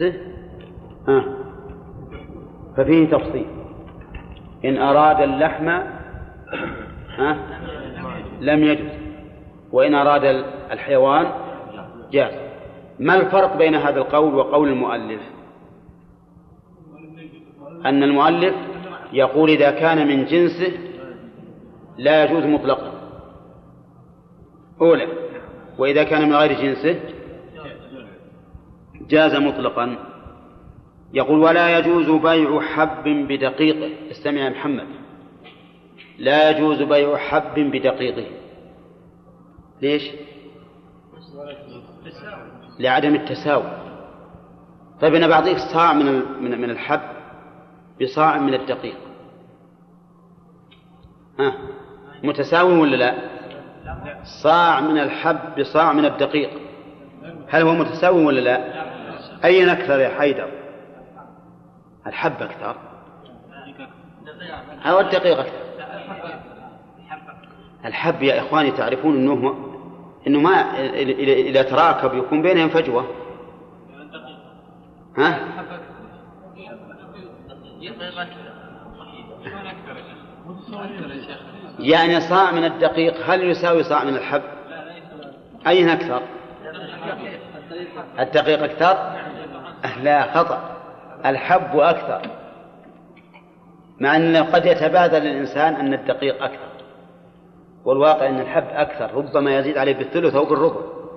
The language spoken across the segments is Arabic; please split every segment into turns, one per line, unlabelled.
ففيه تفصيل. إن أراد اللحم لم يجوز، وإن أراد الحيوان جاز. ما الفرق بين هذا القول وقول المؤلف؟ أن المؤلف يقول إذا كان من جنسه لا يجوز مطلقا أولا، وإذا كان من غير جنسه جاز مطلقا. يقول ولا يجوز بيع حب بدقيقه. استمع يا محمد، لا يجوز بيع حب بدقيقه. ليش؟ لعدم التساوي. طيب أنا بعطيك صاع من الحب بصاع من الدقيق، متساوي ولا لا؟ صاع من الحب بصاع من الدقيق، هل هو متساوي ولا لا؟ أين أكثر يا حيدر؟ الحب أكثر أو الدقيق أكثر؟ الحب يا إخواني تعرفون إنه ما إذا تراكب يكون بينهم فجوة. يعني صاع من الدقيق هل يساوي صاع من الحب؟ أين أكثر؟ الدقيق أكثر؟ لا، خطأ، الحب أكثر، مع أنه قد يتبادل الإنسان أن الدقيق أكثر، والواقع أن الحب أكثر، ربما يزيد عليه بالثلث أو بالربع.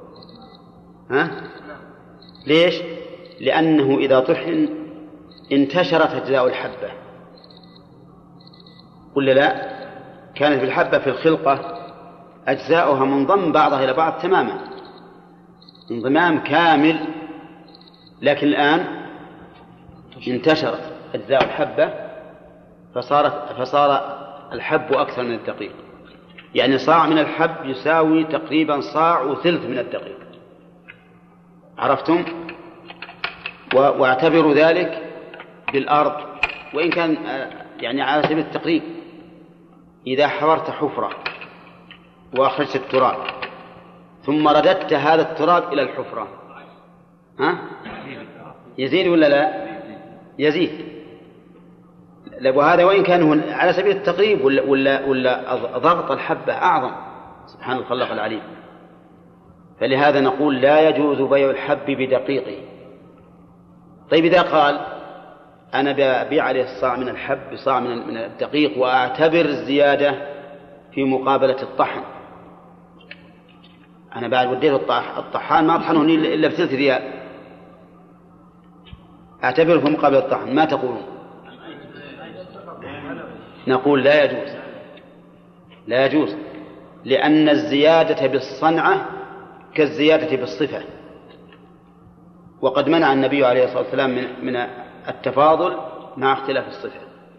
ليش؟ لأنه إذا طحن انتشرت أجزاء الحبة، ولا لا؟ كانت في الحبة في الخلقة أجزاؤها منضم بعضها إلى بعض تماما، انضمام كامل، لكن الآن انتشرت أجزاء الحبة فصار الحب أكثر من الدقيق. يعني صاع من الحب يساوي تقريبا صاع وثلث من الدقيق. عرفتم؟ واعتبروا ذلك بالأرض، وإن كان يعني على سبيل التقريب، إذا حفرت حفرة وأخرجت التراب ثم رددت هذا التراب إلى الحفرة، يزيد ولا لا؟ يزيد. وهذا وإن كان على سبيل التقريب ولا ضغط الحبة أعظم، سبحان الخلاق العليم. فلهذا نقول لا يجوز بيع الحب بدقيقه. طيب إذا قال أنا ببيع عليه الصاع من الحب بصاع من الدقيق وأعتبر الزيادة في مقابلة الطحن، أنا بعد وديت الطحان ما طحنه إلا ب3 ريال، أعتبره في مقابلة الطحن، ما تقولون؟ نقول لا يجوز، لا يجوز، لأن الزيادة بالصنعة كالزيادة بالصفة، وقد منع النبي عليه الصلاة والسلام من التفاضل مع اختلاف الصفة.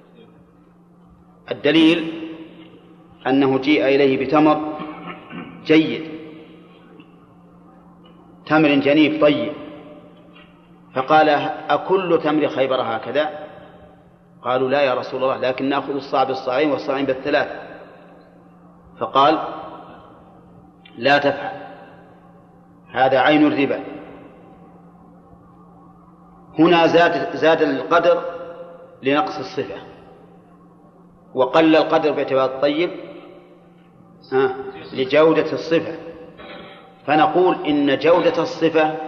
الدليل أنه جيء إليه بتمر جيد، تمر جنيب طيب، فقال أكل تمر خيبر هكذا؟ قالوا لا يا رسول الله، لكن نأخذ الصاع بالصاعين والصاعين بالثلاث. فقال لا تفعل، هذا عين الربا. هنا زاد القدر لنقص الصفة، وقل القدر باعتبار الطيب لجودة الصفة. فنقول إن جودة الصفة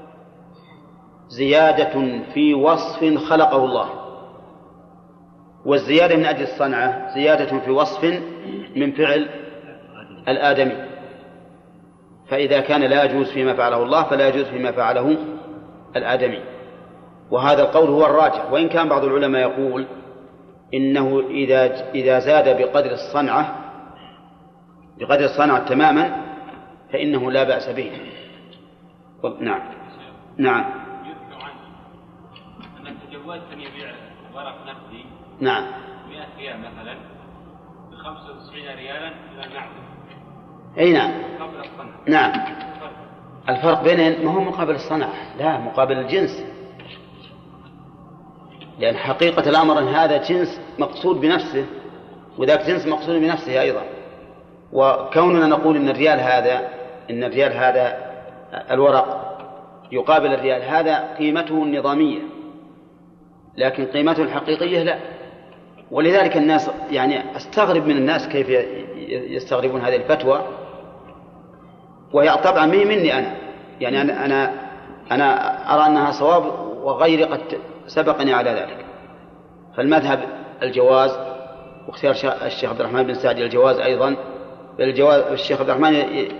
زيادة في وصف خلقه الله، والزيادة من أجل الصنعة زيادة في وصف من فعل الآدمي. فإذا كان لا يجوز فيما فعله الله فلا يجوز فيما فعله الآدمي. وهذا القول هو الراجح، وإن كان بعض العلماء يقول إنه إذا زاد بقدر الصنعة تماما فإنه لا بأس به. نعم.
يذكر عنه أنك تجوزت أن يبيع ورق نقدي
100
ريال مثلا ب95 ريالا إلى النعم.
أي نعم.
قبل الصنع.
نعم. الفرق بينهم ما هو مقابل الصنعة، لا، مقابل الجنس، لأن حقيقة الأمر أن هذا جنس مقصود بنفسه وذاك جنس مقصود بنفسه أيضا. وكوننا نقول إن الريال هذا الورق يقابل الريال، هذا قيمته النظامية، لكن قيمته الحقيقية لا. ولذلك الناس يعني استغرب من الناس كيف يستغربون هذه الفتوى، وهي طبعا مني أنا، يعني أنا أرى أنها صواب وغيري قد سبقني على ذلك. فالمذهب الجواز، واختيار الشيخ عبد الرحمن بن سعدي الجواز أيضا، بل الشيخ عبد الرحمن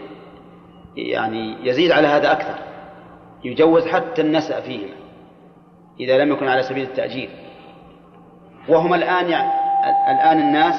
يعني يزيد على هذا أكثر، يجوز حتى النسأ فيهما إذا لم يكن على سبيل التأجير. وهم الآن الناس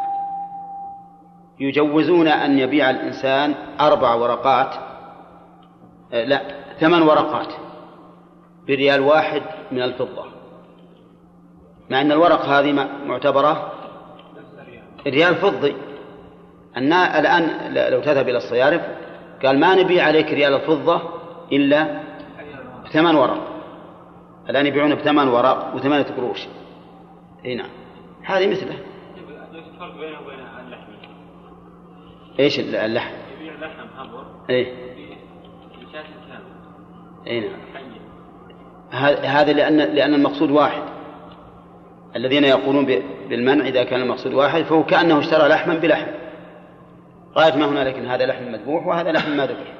يجوزون أن يبيع الإنسان 4 ورقات، لا 8 ورقات بريال واحد من الفضة، مع أن الورق هذه معتبرة ريال فضي. الآن لو تذهب إلى الصيارف قال ما نبيع عليك ريال الفضة إلا 8 ورق، الآن يبيعون ب8 ورق و8 قروش. نعم، هذه مثله.
ايش الفرق بينه وبين اللحم؟
ايش اللحم؟
يبيع لحم هبر
ايه
بشاة كامل.
اي نعم، هذا لأن المقصود واحد. الذين يقولون بالمنع إذا كان المقصود واحد فهو كأنه اشترى لحما بلحم، غاية ما هنا، لكن هذا لحم مذبوح وهذا لحم ما ذبح.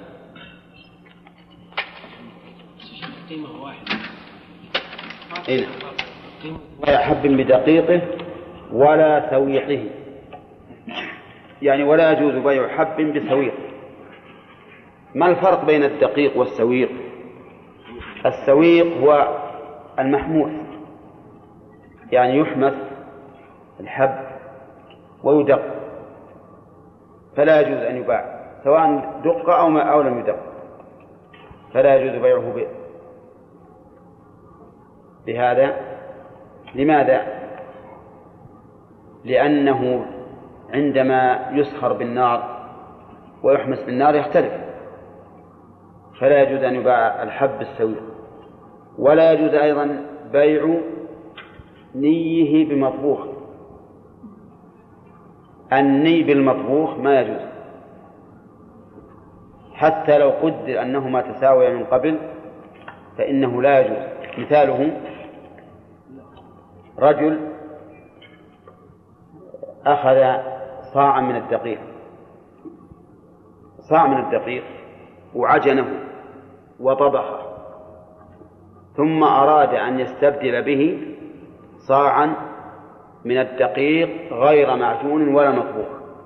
قيمة واحدة.
اي نعم. ولا حب بدقيقه ولا سويقه، يعني ولا يجوز بيع حب بسويق. ما الفرق بين الدقيق والسويق؟ السويق هو المحموس، يعني يحمس الحب ويدق، فلا يجوز أن يباع سواء دق أو لم يدق، فلا يجوز بيعه بهذا. لماذا؟ لأنه عندما يسخر بالنار ويحمس بالنار يختلف، فلا يجوز أن يباع الحب السويق. ولا يجوز أيضا بيع نيه بمطبوخ، الني بالمطبوخ ما يجوز، حتى لو قدر أنهما تساويا من قبل فإنه لا يجوز. مثاله رجل أخذ صاعا من الدقيق، صاع من الدقيق وعجنه وطبخه، ثم أراد أن يستبدل به صاعا من الدقيق غير معجون ولا مطبوخ،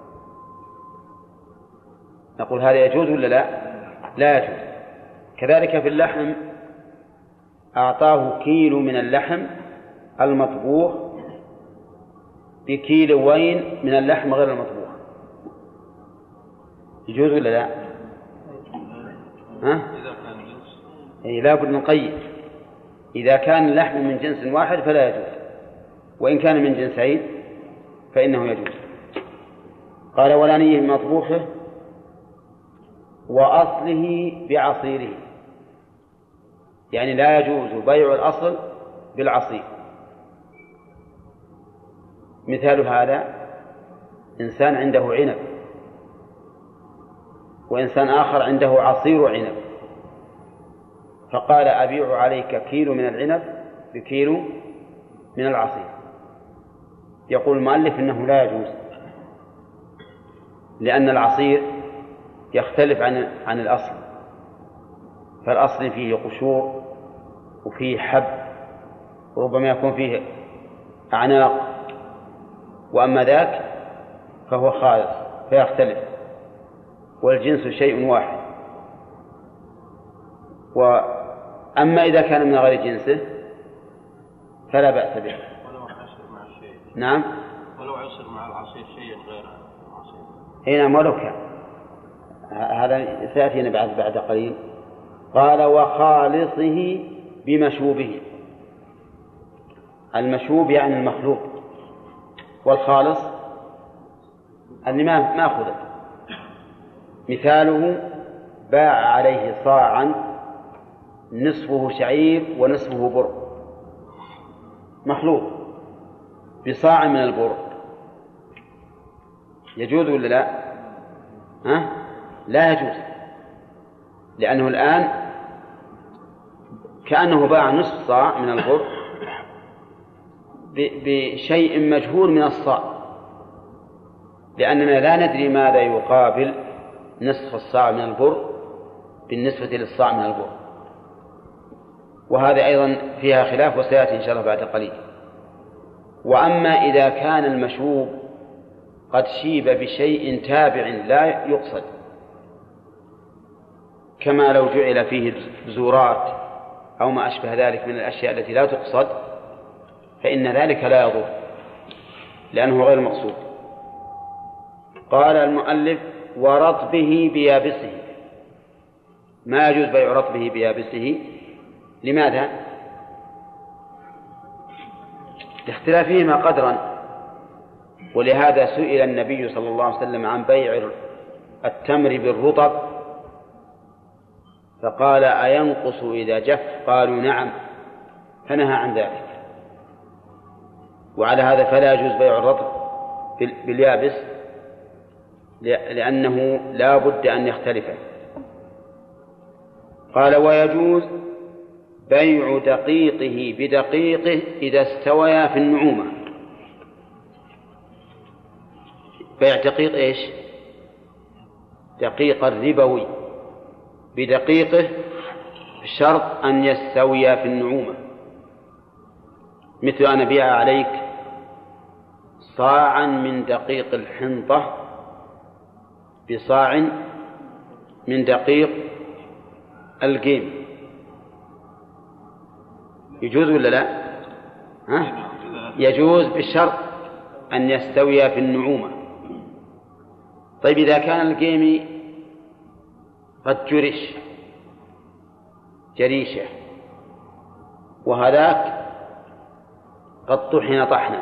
نقول هذا يجوز ولا لا؟ لا يجوز. كذلك في اللحم، أعطاه كيلو من اللحم المطبوخ بكيلوين من اللحم غير المطبوخ، يجوز ولا لا؟ ها؟ لا بد نقيد. إذا كان اللحم من جنس واحد فلا يجوز، وإن كان من جنسين فإنه يجوز. قال ولا نيه بمطبوخه وأصله بعصيره، يعني لا يجوز بيع الأصل بالعصير. مثال هذا إنسان عنده عنب وإنسان آخر عنده عصير عنب، فقال أبيع عليك كيلو من العنب بكيلو من العصير، يقول المؤلف إنه لا يجوز، لأن العصير يختلف عن الأصل، فالأصل فيه قشور وفيه حب وربما يكون فيه أعناق، وأما ذاك فهو خالص فيختلف، والجنس شيء واحد. وأما إذا كان من غير جنسه فلا بأس به.
ولو عصر مع الشيء.
نعم،
ولو عصر مع العصير شيء غير العصير.
نعم ولو كان. هذا سيأتينا بعد قليل. قال وخالصه بمشوبه، المشوب يعني المخلوط، والخالص اللي ما أخذت. مثاله باع عليه صاعا نصفه شعير ونصفه بر مخلوط بصاع من البر، يجوز ولا لا؟ لا يجوز، لأنه الآن كأنه باع نصف صاع من البر بشيء مجهول من الصاع، لأننا لا ندري ماذا يقابل نصف الصاع من البر بالنسبة للصاع من البر، وهذا أيضا فيها خلاف وسيأتي إن شاء الله بعد قليل. وأما إذا كان المشوب قد شيب بشيء تابع لا يقصد، كما لو جعل فيه بزورات أو ما أشبه ذلك من الأشياء التي لا تقصد، فإن ذلك لا يضر لأنه غير مقصود. قال المؤلف: ورطبه بيابسه. ما يجوز بيع رطبه بيابسه. لماذا؟ لاختلافهما قدرا، ولهذا سئل النبي صلى الله عليه وسلم عن بيع التمر بالرطب فقال: أينقص إذا جف؟ قالوا: نعم، فنهى عن ذلك. وعلى هذا فلا يجوز بيع الرطب باليابس، لأنه لا بد أن يختلف. قال: ويجوز بيع دقيقه بدقيقه إذا استويا في النعومة. بيع دقيق إيش؟ دقيق الربوي بدقيقه بشرط أن يستويا في النعومة، مثل أن أبيع عليك صاعا من دقيق الحنطة بصاع من دقيق القيم. يجوز ولا لا؟ ها؟ يجوز بشرط أن يستويا في النعومة. طيب إذا كان القيم قد جرش جريشة وهذاك قد طحن طحنا،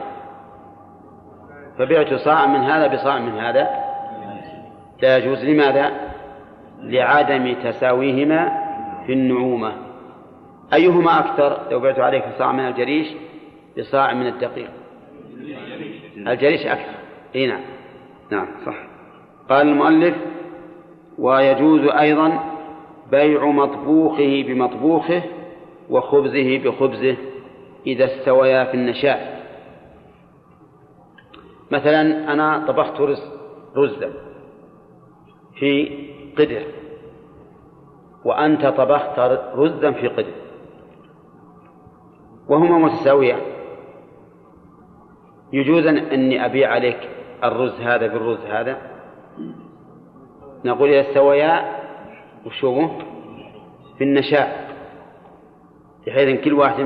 فبعت صاع من هذا بصاع من هذا، لا يجوز. لماذا؟ لعدم تساويهما في النعومة. أيهما أكثر؟ لو بعت عليك صاع من الجريش بصاع من الدقيق، الجريش أكثر. إيه نعم، نعم صح. قال المؤلف: ويجوز أيضا بيع مطبوخه بمطبوخه وخبزه بخبزه إذا استويا في النشاء. مثلا أنا طبخت رزا في قدر، وأنت طبخت رزا في قدر، وهما متساويان. يجوز أني أبيع عليك الرز هذا بالرز هذا؟ نقول إذا استويا وشوه في النشاء، بحيث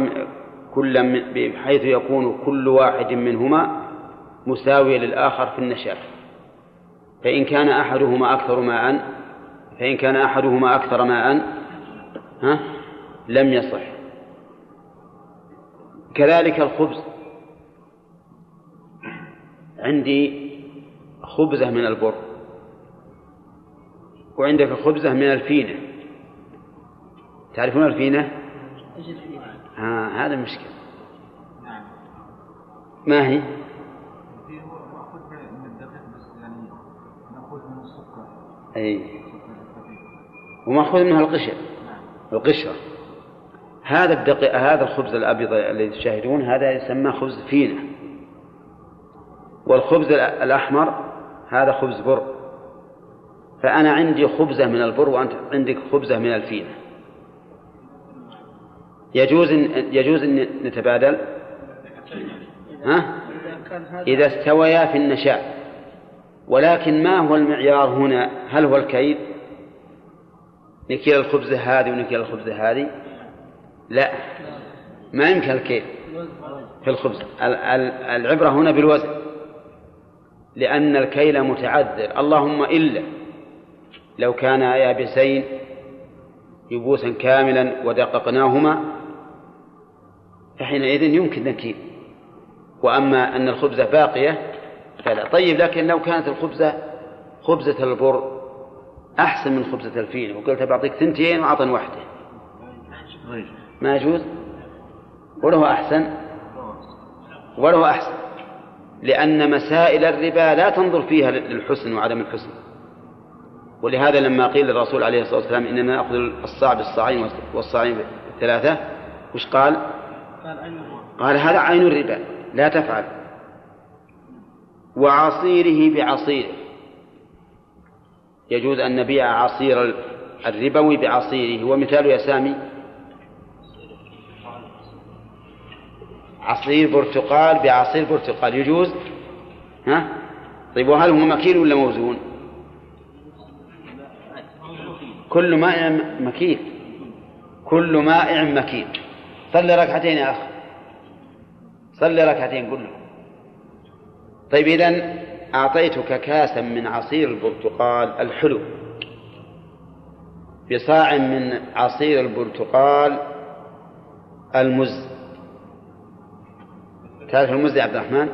بحيث يكون كل واحد منهما مساوي للآخر في النشاء. فإن كان أحدهما أكثر ماء لم يصح. كذلك الخبز، عندي خبزة من البر وعندك خبزة من الفينة. تعرفون الفينة؟ هذا المشكلة. ما هي؟ أي، ومأخوذ منها القشرة. هذا الخبز الأبيض الذي تشاهدون هذا يسمى خبز فينة، والخبز الأحمر هذا خبز بر. فأنا عندي خبزة من البر وأنت عندك خبزة من الفينة. يجوز أن نتبادل إذا استويا في النشاء. ولكن ما هو المعيار هنا؟ هل هو الكيل؟ نكيل الخبزة هذه ونكيل الخبزة هذه؟ لا، ما يمكن الكيل في الخبز. العبرة هنا بالوزن، لأن الكيل متعذر، اللهم إلا لو كان يابسين يبوسا كاملا ودققناهما فحينئذ يمكن نكيل. وأما أن الخبزة باقية فلا. طيب، لكن لو كانت خبزة البر أحسن من خبزة الفينة وقلت بعطيك 2 وأعطني 1، ما يجوز؟ وله أحسن، لأن مسائل الربا لا تنظر فيها للحسن وعدم الحسن. ولهذا لما قيل للرسول عليه الصلاة والسلام إننا نأخذ الصاع بالصاعين والصاعين 3. وش قال؟ قال هذا عين الربا لا تفعل. وعصيره بعصيره، يجوز أن نبيع عصير الربوي بعصيره. ومثال يا سامي عصير برتقال بعصير برتقال يجوز؟ ها؟ طيب وهل هو مكيل ولا موزون؟ كل مائع مكيل، كل مائع مكيل. صلي ركعتين يا أخ، صلي ركعتين كله. طيب إذن أعطيتك كاسا من عصير البرتقال الحلو بصاع من عصير البرتقال المز. تعرف المز يا عبد الرحمن؟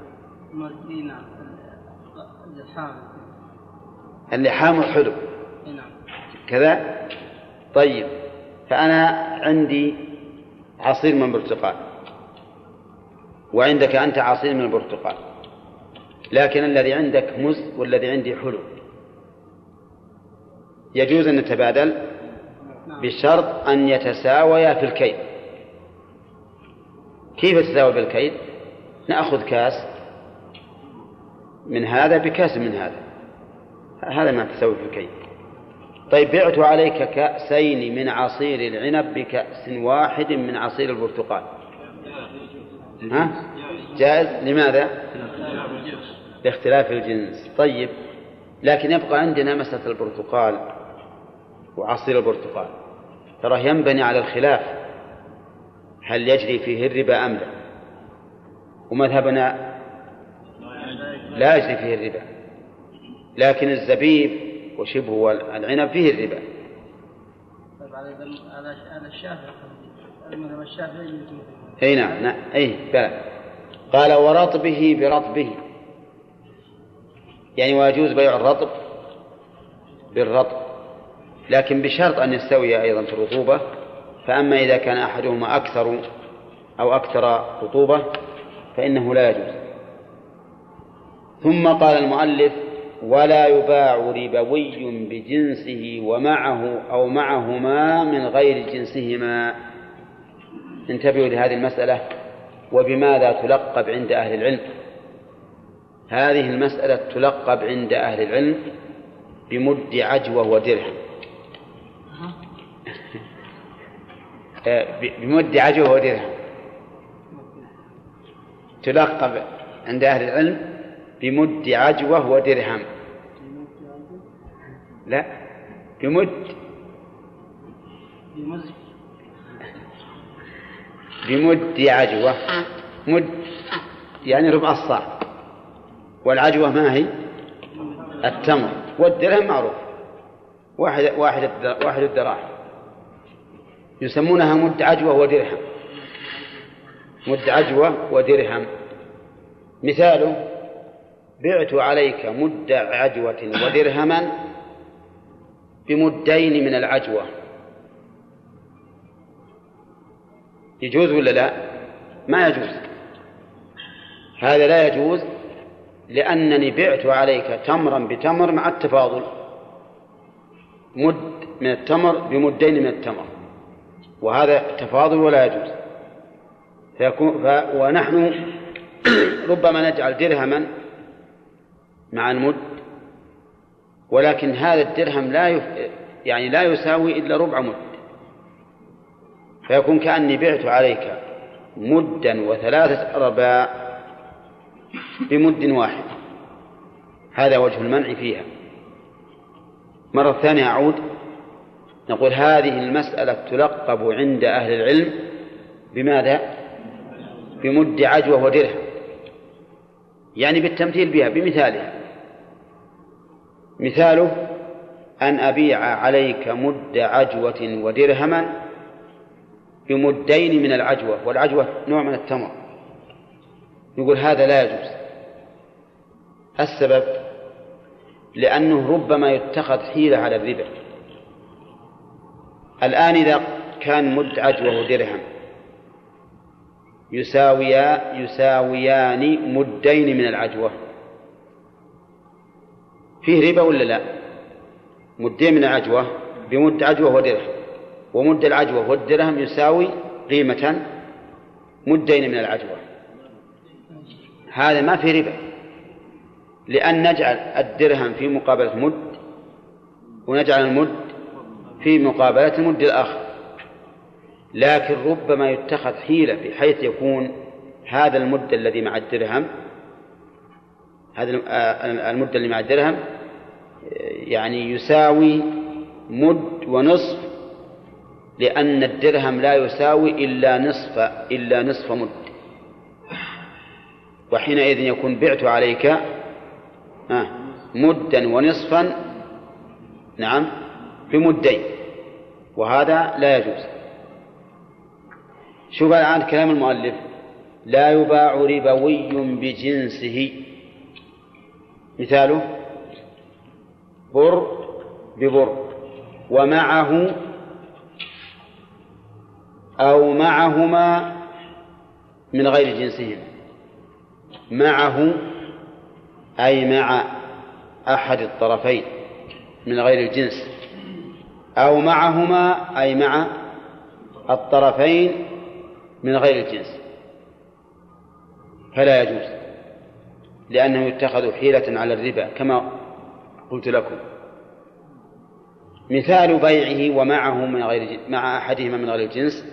اللي حامض حلو كذا. طيب فأنا عندي عصير من البرتقال وعندك أنت عصير من البرتقال، لكن الذي عندك مز والذي عندي حلو. يجوز أن نتبادل بشرط أن يتساويا في الكيل. كيف يتساوي بالكيل؟ نأخذ كاس من هذا بكاس من هذا، هذا ما تساوي في الكيل. طيب بعت عليك كأسين من عصير العنب بكأس واحد من عصير البرتقال، ها؟ جائز. لماذا؟ لاختلاف الجنس. طيب لكن يبقى عندنا مسألة البرتقال وعصير البرتقال، ترى ينبني على الخلاف هل يجري فيه الربا أم لا. ومذهبنا لا يجري فيه الربا، لكن الزبيب وشبه والعنب فيه الربا.
طيب على الشافعي المذهب الشافعي
اي نعم اي بلى. قال ورطبه برطبه، يعني ويجوز بيع الرطب بالرطب، لكن بشرط أن يستوي أيضا في الرطوبة. فأما إذا كان أحدهما أكثر رطوبة فإنه لا يجوز. ثم قال المؤلف ولا يباع ربوي بجنسه ومعه أو معهما من غير جنسهما. انتبهوا لهذه المسألة وبماذا تلقب عند أهل العلم. هذه المسألة تلقب عند أهل العلم بمد عجوة ودرهم. بمد عجوة ودرهم تلقب عند أهل العلم بمد عجوة ودرهم. لا بمد عجوة. مد يعني ربع الصاع، والعجوة ما هي؟ التمر. والدرهم معروف واحد الدراهم، يسمونها مد عجوة ودرهم. مد عجوة ودرهم. مثاله بعت عليك مد عجوة ودرهما بمدين من العجوة. يجوز ولا لا؟ ما يجوز. هذا لا يجوز لأنني بعت عليك تمرا بتمر مع التفاضل، مد من التمر بمدين من التمر، وهذا تفاضل ولا يجوز. ونحن ربما نجعل درهما مع المد، ولكن هذا الدرهم لا يساوي إلا ربع مد، فيكون كأني بعت عليك مدا و3 أرباع بمد واحد. هذا وجه المنع فيها. مرة ثانية أعود نقول هذه المسألة تلقب عند أهل العلم بماذا؟ بمد عجوة ودرهم، يعني بالتمثيل بها بمثالها. مثاله أن أبيع عليك مد عجوة ودرهما بمدين من العجوة، والعجوة نوع من التمر. يقول هذا لا يجوز. السبب لأنه ربما يتخذ حيلة على الربا. الآن إذا كان مد عجوة ودرهم يساويان مدين من العجوة، فيه ربا ولا لا؟ مدين من العجوة بمد عجوة ودرهم ومد العجوة والدرهم يساوي قيمة مدين من العجوة، هذا ما في ربا، لأن نجعل الدرهم في مقابلة مد ونجعل المد في مقابلة المد الآخر. لكن ربما يتخذ حيلة بحيث يكون هذا المد الذي مع الدرهم، هذا المد اللي مع الدرهم يعني يساوي مد ونصف، لأن الدرهم لا يساوي إلا نصف مد، وحينئذ يكون بعت عليك مدا ونصفا، نعم، بمدين، وهذا لا يجوز. شوف الآن كلام المؤلف: لا يباع ربوي بجنسه. مثاله: بر ببر ومعه أو معهما من غير جنسهم. معه أي مع أحد الطرفين من غير الجنس، أو معهما أي مع الطرفين من غير الجنس، فلا يجوز، لأنه يتخذ حيلة على الربا كما قلت لكم. مثال بيعه ومعه مع أحدهما من غير الجنس: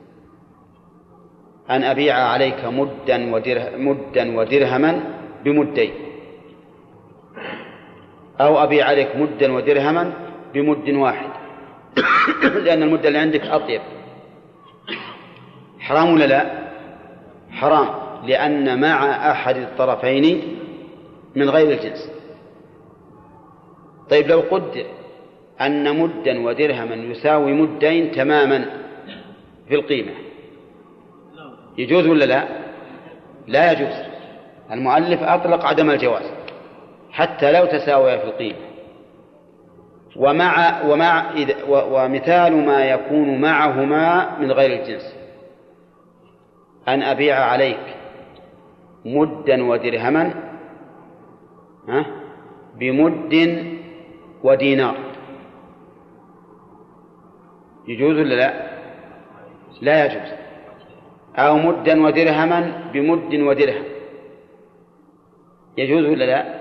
أن أبيع عليك مدا ودرهما بمدين، أو أبيع عليك مدا ودرهما بمد واحد، لأن المد اللي عندك أطيب. حرام ولا لا؟ حرام، لأن مع أحد الطرفين من غير الجنس. طيب لو قدر أن مدا ودرهما يساوي مدين تماما في القيمة، يجوز ولا لا؟ لا يجوز. المؤلف أطلق عدم الجواز حتى لو تساوي في القيمة. ومثال ما يكون معهما من غير الجنس: أن أبيع عليك مدا ودرهما بمد ودينار، يجوز ولا لا؟ لا يجوز. أو مدا ودرهما بمد ودرهم، يجوز ولا لا؟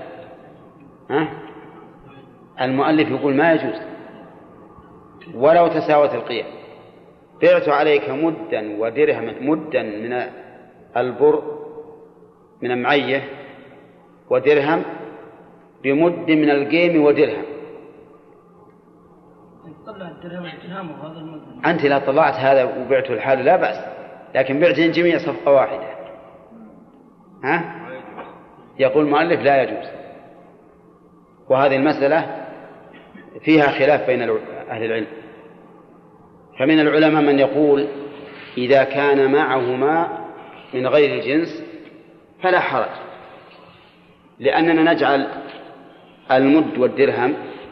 المؤلف يقول ما يجوز ولو تساوت القيم. بعت عليك مدا ودرهما، مدا من البر من المعية ودرهم بمد من القيم ودرهم. أنت لا طلعت هذا وبعته الحال لا بأس، لكن بعتين جميع صفقة واحدة يقول المؤلف لا يجوز. وهذه المسألة فيها خلاف بين أهل العلم، فمن العلماء من يقول إذا كان معهما من غير الجنس فلا حرج، لأننا نجعل المد والدرهم،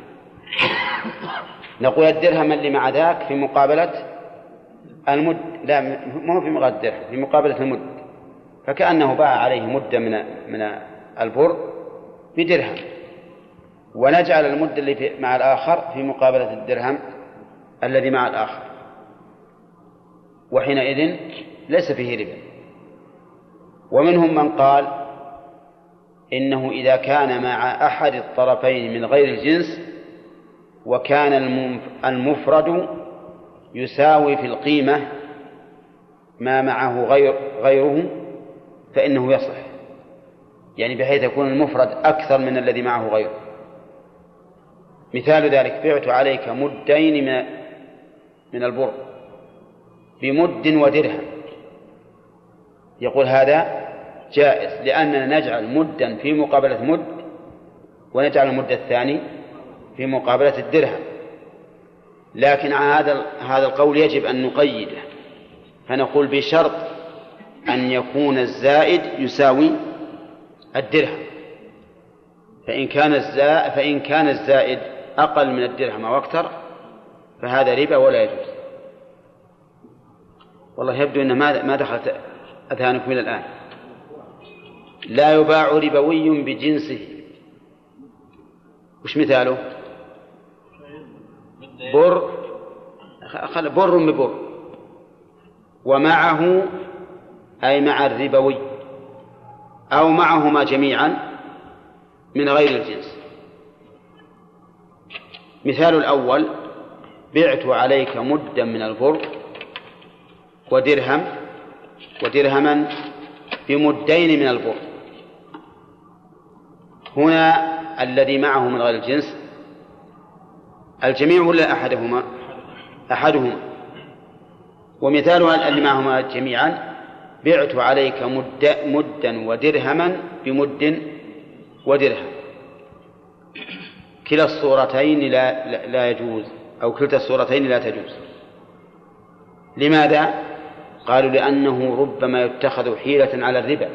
نقول الدرهم اللي مع ذاك في مقابلة المد، لا مو في مقابلة الدرهم، في مقابلة المد، فكأنه باع عليه مدة من البر بدرهم، ونجعل المد اللي مع الآخر في مقابلة الدرهم الذي مع الآخر، وحينئذ ليس فيه ربا. ومنهم من قال إنه إذا كان مع أحد الطرفين من غير الجنس وكان المفرد يساوي في القيمة ما معه غيره فإنه يصح، يعني بحيث يكون المفرد أكثر من الذي معه غيره. مثال ذلك: بعت عليك مدين من البر بمد ودرهم، يقول هذا جائز، لأننا نجعل مدا في مقابلة مد، ونجعل المد الثاني في مقابلة الدرهم. لكن هذا القول يجب أن نقيده، فنقول بشرط أن يكون الزائد يساوي الدرهم، فإن كان الزائد أقل من الدرهم أو أكثر فهذا ربا ولا يجوز. والله يبدو أن ما دخلت أذهانكم إلى الآن. لا يباع ربوي بجنسه، وش مثاله؟ بر بر ببر، ومعه أي مع الربوي أو معهما جميعا من غير الجنس. مثال الأول: بعت عليك مدا من البر ودرهما بمدين من البر. هنا الذي معه من غير الجنس الجميع ولا أحدهما. ومثالها اللي معهما جميعا: بعت عليك مدا ودرهما بمد ودرهم. كلا الصورتين لا يجوز، أو كلتا الصورتين لا تجوز. لماذا؟ قالوا لأنه ربما يتخذ حيلة على الربا.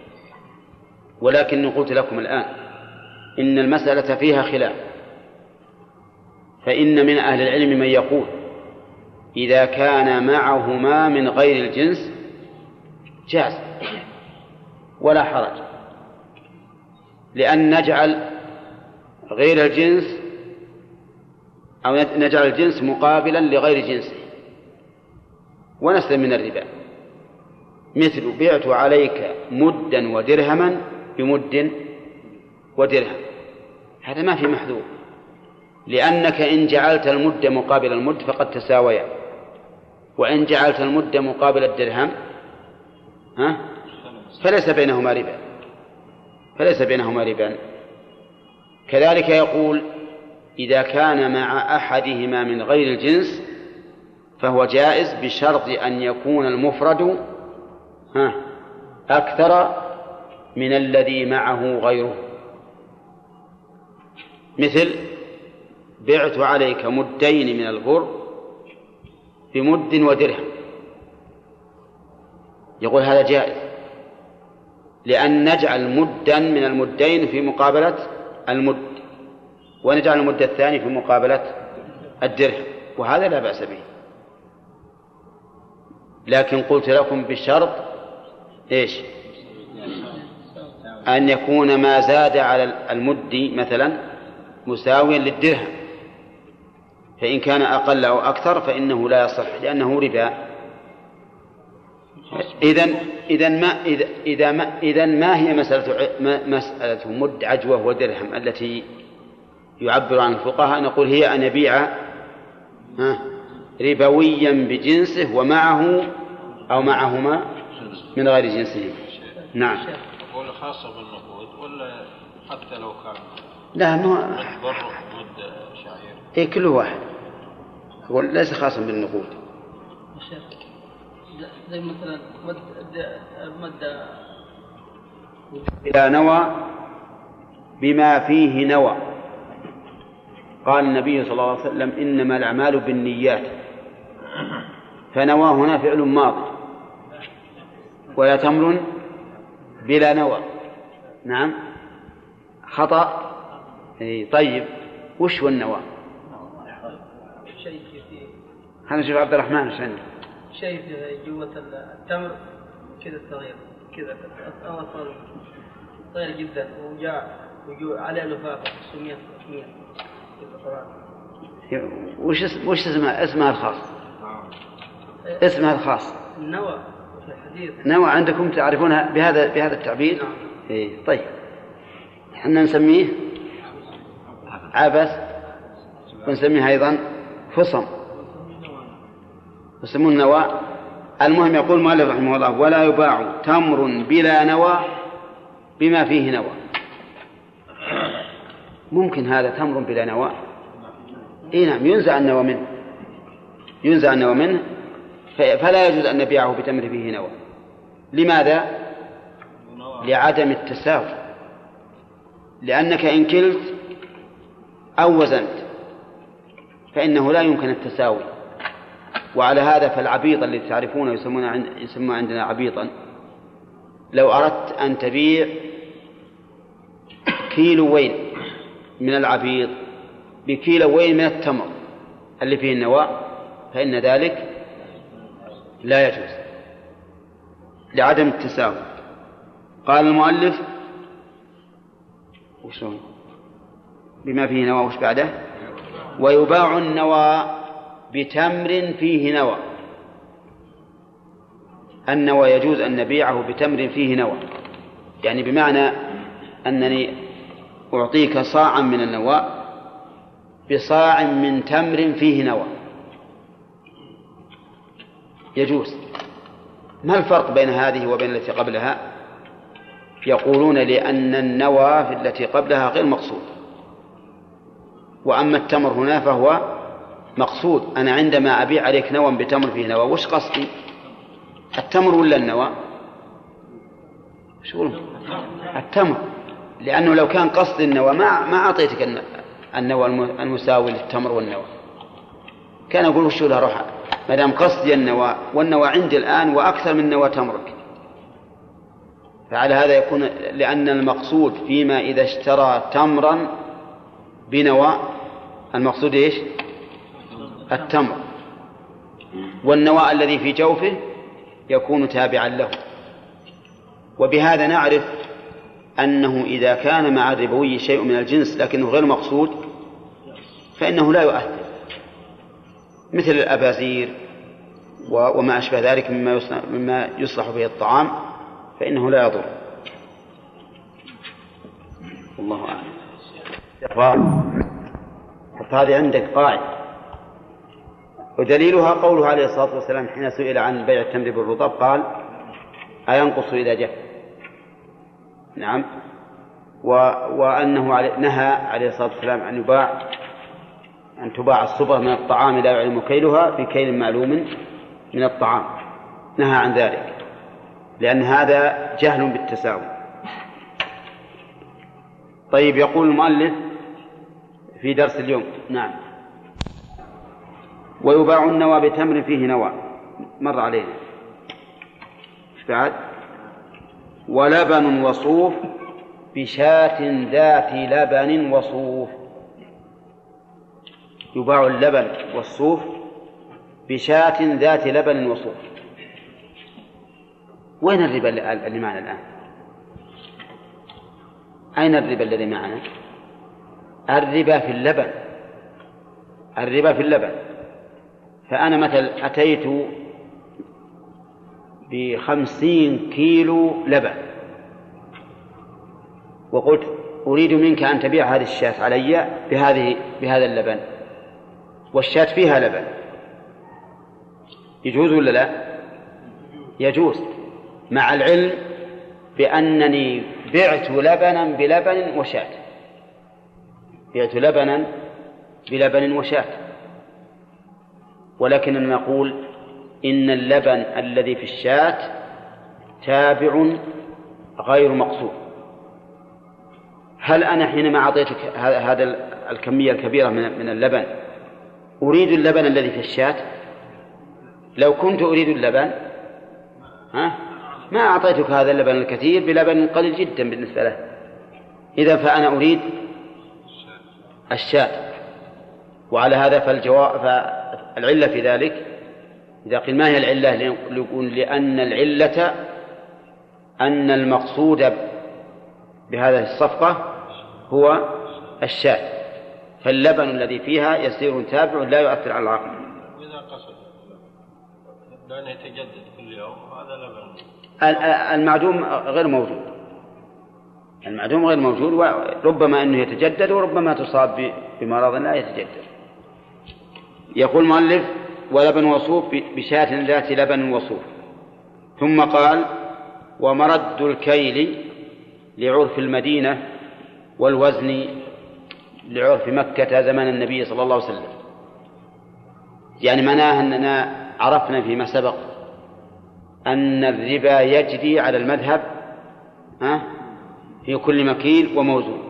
ولكن قلت لكم الآن إن المسألة فيها خلاف، فإن من أهل العلم من يقول إذا كان معهما من غير الجنس جاز ولا حرج، لأن نجعل غير الجنس أو نجعل الجنس مقابلا لغير جنسه ونسلم من الربا. مثل: بعت عليك مدا ودرهما بمد ودرهم، هذا ما في محذور، لأنك إن جعلت المد مقابل المد فقد تساويا، وإن جعلت المد مقابل الدرهم فليس بينهما ربا. كذلك يقول: إذا كان مع أحدهما من غير الجنس فهو جائز بشرط أن يكون المفرد أكثر من الذي معه غيره. مثل: بعت عليك مدين من البر بمد ودرهم. يقول هذا جائز، لأن نجعل مدا من المدين في مقابلة المد، ونجعل المد الثاني في مقابلة الدرهم، وهذا لا بأس به. لكن قلت لكم بشرط إيش؟ أن يكون ما زاد على المد مثلا مساويا للدرهم، فإن كان أقل أو أكثر فإنه لا يصح لأنه ربا. إذن ما هي مسألة مد عجوة ودرهم التي يعبر عن الفقهاء؟ نقول هي أن يبيع ربويا بجنسه ومعه أو معهما من غير جنسه. نعم.
أقول خاصة بالنقود ولا حتى لو كان
لا
مد شعير؟
كل واحد يقول ليس خاصا بالنقود.
زي مثلا مد
إلى نوى بما فيه نوى. قال النبي صلى الله عليه وسلم: إنما الأعمال بالنيات، فنوى هنا فعل ماضي، ولا تمر بلا نوى. نعم، خطأ. طيب، وش هو النوى؟ هذا شوف عبد الرحمن ايش عنده؟
شيء في جوة التمر كذا صغير كذا صغير جدا، وجاء عليه لفافة 600
وش اسمها الخاص؟ اسمها الخاص
النوى في الحديث.
نوى عندكم تعرفونها بهذا التعبير؟ نعم. طيب، احنا نسميه عبث، ونسميه أيضا فصم، يسمون النوى. المهم يقول مالك رحمه الله: ولا يباع تمر بلا نوى بما فيه نوى. ممكن هذا تمر بلا نوى؟ نعم، ينزع النوى منه، فلا يجوز أن نبيعه بتمر فيه نوى. لماذا؟ لعدم التساوي، لأنك إن كلت أو وزنت فإنه لا يمكن التساوي. وعلى هذا فالعبيط الذي تعرفونه يسمى عندنا عبيطا، لو أردت أن تبيع كيلوين من العبيط بكيلوين من التمر اللي فيه النوى فإن ذلك لا يجوز لعدم التساوي. قال المؤلف: بما فيه نوى، وش بعده؟ ويباع النوى بتمر فيه نوى. النوى يجوز أن نبيعه بتمر فيه نوى، يعني بمعنى أنني أعطيك صاعا من النوى بصاع من تمر فيه نوى، يجوز. ما الفرق بين هذه وبين التي قبلها؟ يقولون لأن النوى في التي قبلها غير مقصود، وأما التمر هنا فهو مقصود. أنا عندما أبيع عليك نوى بتمر فيه نوى وش قصدي؟ التمر ولا النوى؟ شو التمر، لأنه لو كان قصد النوى ما أعطيتك النوى المساوي للتمر والنوى، كان أقول وشو له روح، ما دام قصدي النوى والنوى عندي الآن وأكثر من نوى تمرك. فعلى هذا يكون لأن المقصود فيما إذا اشترى تمرا بنوى المقصود إيش؟ التمر، والنوى الذي في جوفه يكون تابعا له. وبهذا نعرف أنه إذا كان مع الربوي شيء من الجنس لكنه غير مقصود فإنه لا يؤثر، مثل الأبازير وما أشبه ذلك مما يصلح به الطعام فإنه لا يضر. الله أعلم. هذه عندك قاعدة، ودليلها قوله عليه الصلاة والسلام حين سئل عن بيع التمر بالرطب قال أينقص إذا جف؟ نعم. وأنه نهى عليه الصلاة والسلام أن تباع الصبغة من الطعام لا يعلم كيلها في كيل معلوم من الطعام، نهى عن ذلك لأن هذا جهل بالتساوي. طيب، يقول المؤلف في درس اليوم نعم ويباع النوى بتمر فيه نوى، مر علينا. بعد ولبن وصوف بشاة ذات لبن وصوف. يباع اللبن والصوف بشاة ذات لبن وصوف. وين الربا اللي معنا الآن؟ أين الربا الذي معنا؟ الربا في اللبن، الربا في اللبن. فأنا مثل أتيت ب50 كيلو لبن وقلت أريد منك أن تبيع هذه الشاة علي بهذا اللبن، والشاة فيها لبن، يجوز ولا لا؟ يجوز، مع العلم بأنني بعت لبنا بلبن وشاة، بعت لبنا بلبن وشاة، ولكننا نقول إن اللبن الذي في الشاة تابع غير مقصود. هل أنا حينما أعطيتك هذا الكمية الكبيرة من اللبن أريد اللبن الذي في الشاة؟ لو كنت أريد اللبن ما أعطيتك هذا اللبن الكثير بلبن قليل جدا بالنسبة له. إذا فأنا أريد الشاة. وعلى هذا فالعلة في ذلك إذا قيل ما هي العلة؟ يقول لأن العلة أن المقصود بهذه الصفقة هو الشاة، فاللبن الذي فيها يصير تابع لا يؤثر على العقل.
وإذا قصد لأن يتجدد كل يوم هذا لبن.
المعدوم غير موجود، المعدوم غير موجود، وربما أنه يتجدد وربما تصاب بمرض لا يتجدد. يقول المؤلف ولبن وصوف بشاة ذات لبن وصوف. ثم قال ومرد الكيل لعرف المدينة والوزن لعرف مكة زمن النبي صلى الله عليه وسلم. يعني معناه أننا عرفنا فيما سبق أن الربا يجري على المذهب في كل مكيل وموزون،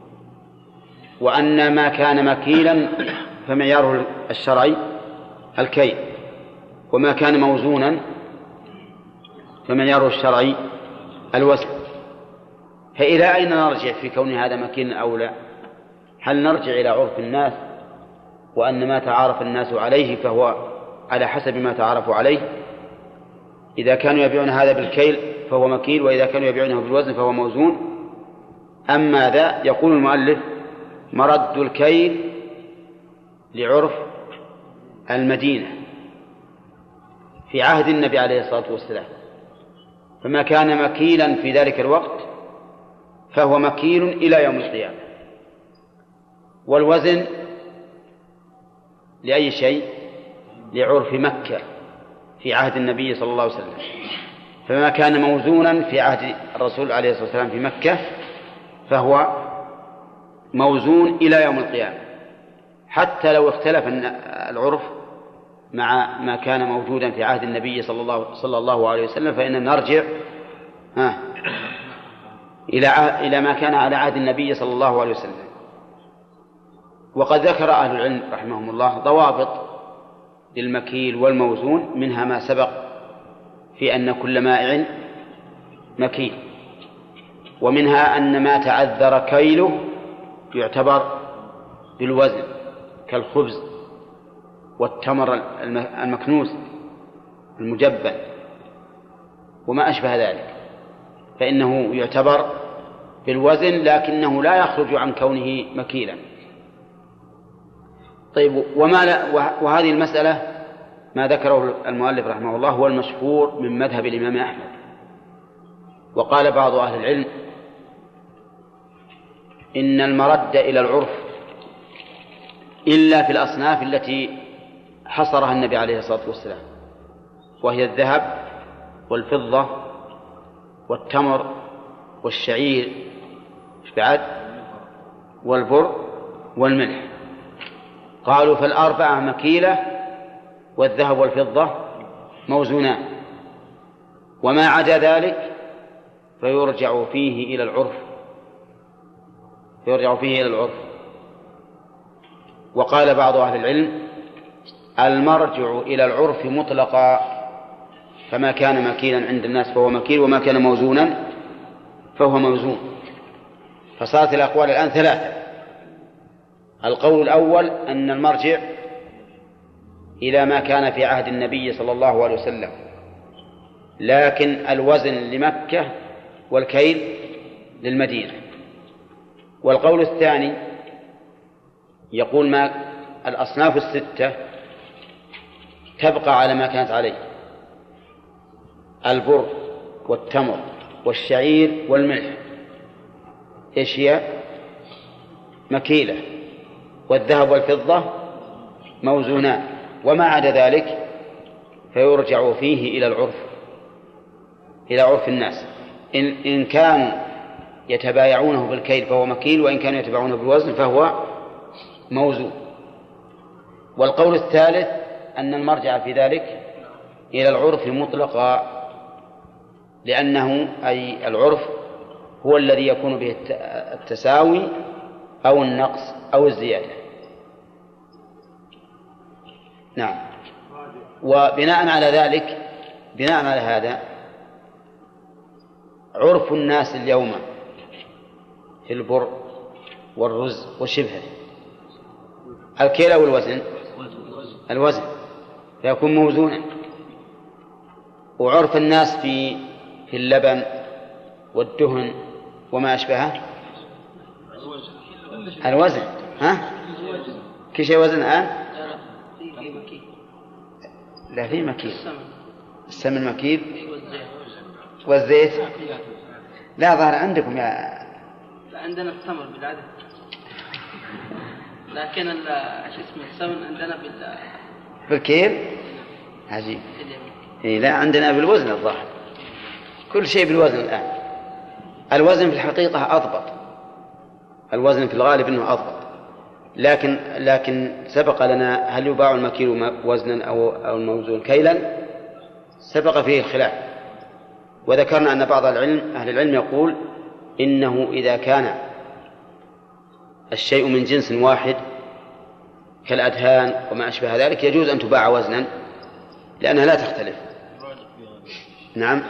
وأن ما كان مكيلا فمعياره الشرعي الكيل، وما كان موزونا فمعياره الشرعي الوزن. فإلى أين نرجع في كون هذا مكين أو لا؟ هل نرجع إلى عرف الناس وأن ما تعارف الناس عليه فهو على حسب ما تعارفوا عليه؟ إذا كانوا يبيعون هذا بالكيل فهو مكيل، وإذا كانوا يبيعونه بالوزن فهو موزون. أما ذا يقول المؤلف مرد الكيل لعرف المدينة في عهد النبي عليه الصلاة والسلام، فما كان مكيلا في ذلك الوقت فهو مكيل إلى يوم القيامة. والوزن لأي شيء؟ لعرف مكة في عهد النبي صلى الله عليه وسلم، فما كان موزونا في عهد الرسول عليه الصلاة والسلام في مكة فهو موزون إلى يوم القيامة، حتى لو اختلف العرف مع ما كان موجودا في عهد النبي صلى الله عليه وسلم، فإننا نرجع إلى ما كان على عهد النبي صلى الله عليه وسلم. وقد ذكر أهل العلم رحمهم الله ضوابط للمكيل والموزون، منها ما سبق في أن كل مائع مكيل، ومنها أن ما تعذر كيله يعتبر بالوزن كالخبز والتمر المكنوز المجبن وما أشبه ذلك، فإنه يعتبر بالوزن لكنه لا يخرج عن كونه مكيلا. طيب، وهذه المسألة ما ذكره المؤلف رحمه الله هو المشهور من مذهب الإمام أحمد. وقال بعض أهل العلم إن المرد إلى العرف إلا في الأصناف التي حصرها النبي عليه الصلاة والسلام، وهي الذهب والفضة والتمر والشعير والبر والملح. قالوا فالأربعة مكيلة والذهب والفضة موزونان، وما عدا ذلك فيرجع فيه إلى العرف. وقال بعض أهل العلم المرجع إلى العرف مطلقا، فما كان مكيلا عند الناس فهو مكيل، وما كان موزونا فهو موزون. فصارت الأقوال الآن ثلاثة. القول الأول أن المرجع إلى ما كان في عهد النبي صلى الله عليه وسلم، لكن الوزن لمكة والكيل للمدينة. والقول الثاني يقول ما الأصناف الستة تبقى على ما كانت عليه، البر والتمر والشعير والملح إيش هي؟ مكيلة، والذهب والفضة موزونان، وما عدا ذلك فيرجع فيه إلى عرف الناس. إن كانوا يتبايعونه بالكيل فهو مكيل، وإن كانوا يتبايعونه بالوزن فهو موزون. والقول الثالث أن المرجع في ذلك إلى العرف مطلقا، لأنه أي العرف هو الذي يكون به التساوي أو النقص أو الزيادة. نعم. وبناء على ذلك، بناء على هذا، عرف الناس اليوم في البر والرز وشبهه الكيل أو الوزن فيكون موزونا. وعرف الناس في اللبن والدهن وما أشبهه الوزن. كل شيء وزن الآن؟ لا، في مكيل، السمن مكيل والزيت لا ظهر عندكم يا
عندنا التمر بالعدد، لكن اسمه السمن عندنا
بالكيل. عجيب. لا، عندنا بالوزن الظاهر، كل شيء بالوزن الآن. الوزن في الحقيقة أضبط، الوزن في الغالب أنه أضبط، لكن سبق لنا هل يباع المكيل وزنا أو الموزون كيلا، سبق فيه الخلاف. وذكرنا أن بعض أهل العلم يقول إنه إذا كان الشيء من جنس واحد كالأدهان وما أشبه ذلك يجوز أن تباع وزنا لأنها لا تختلف. نعم.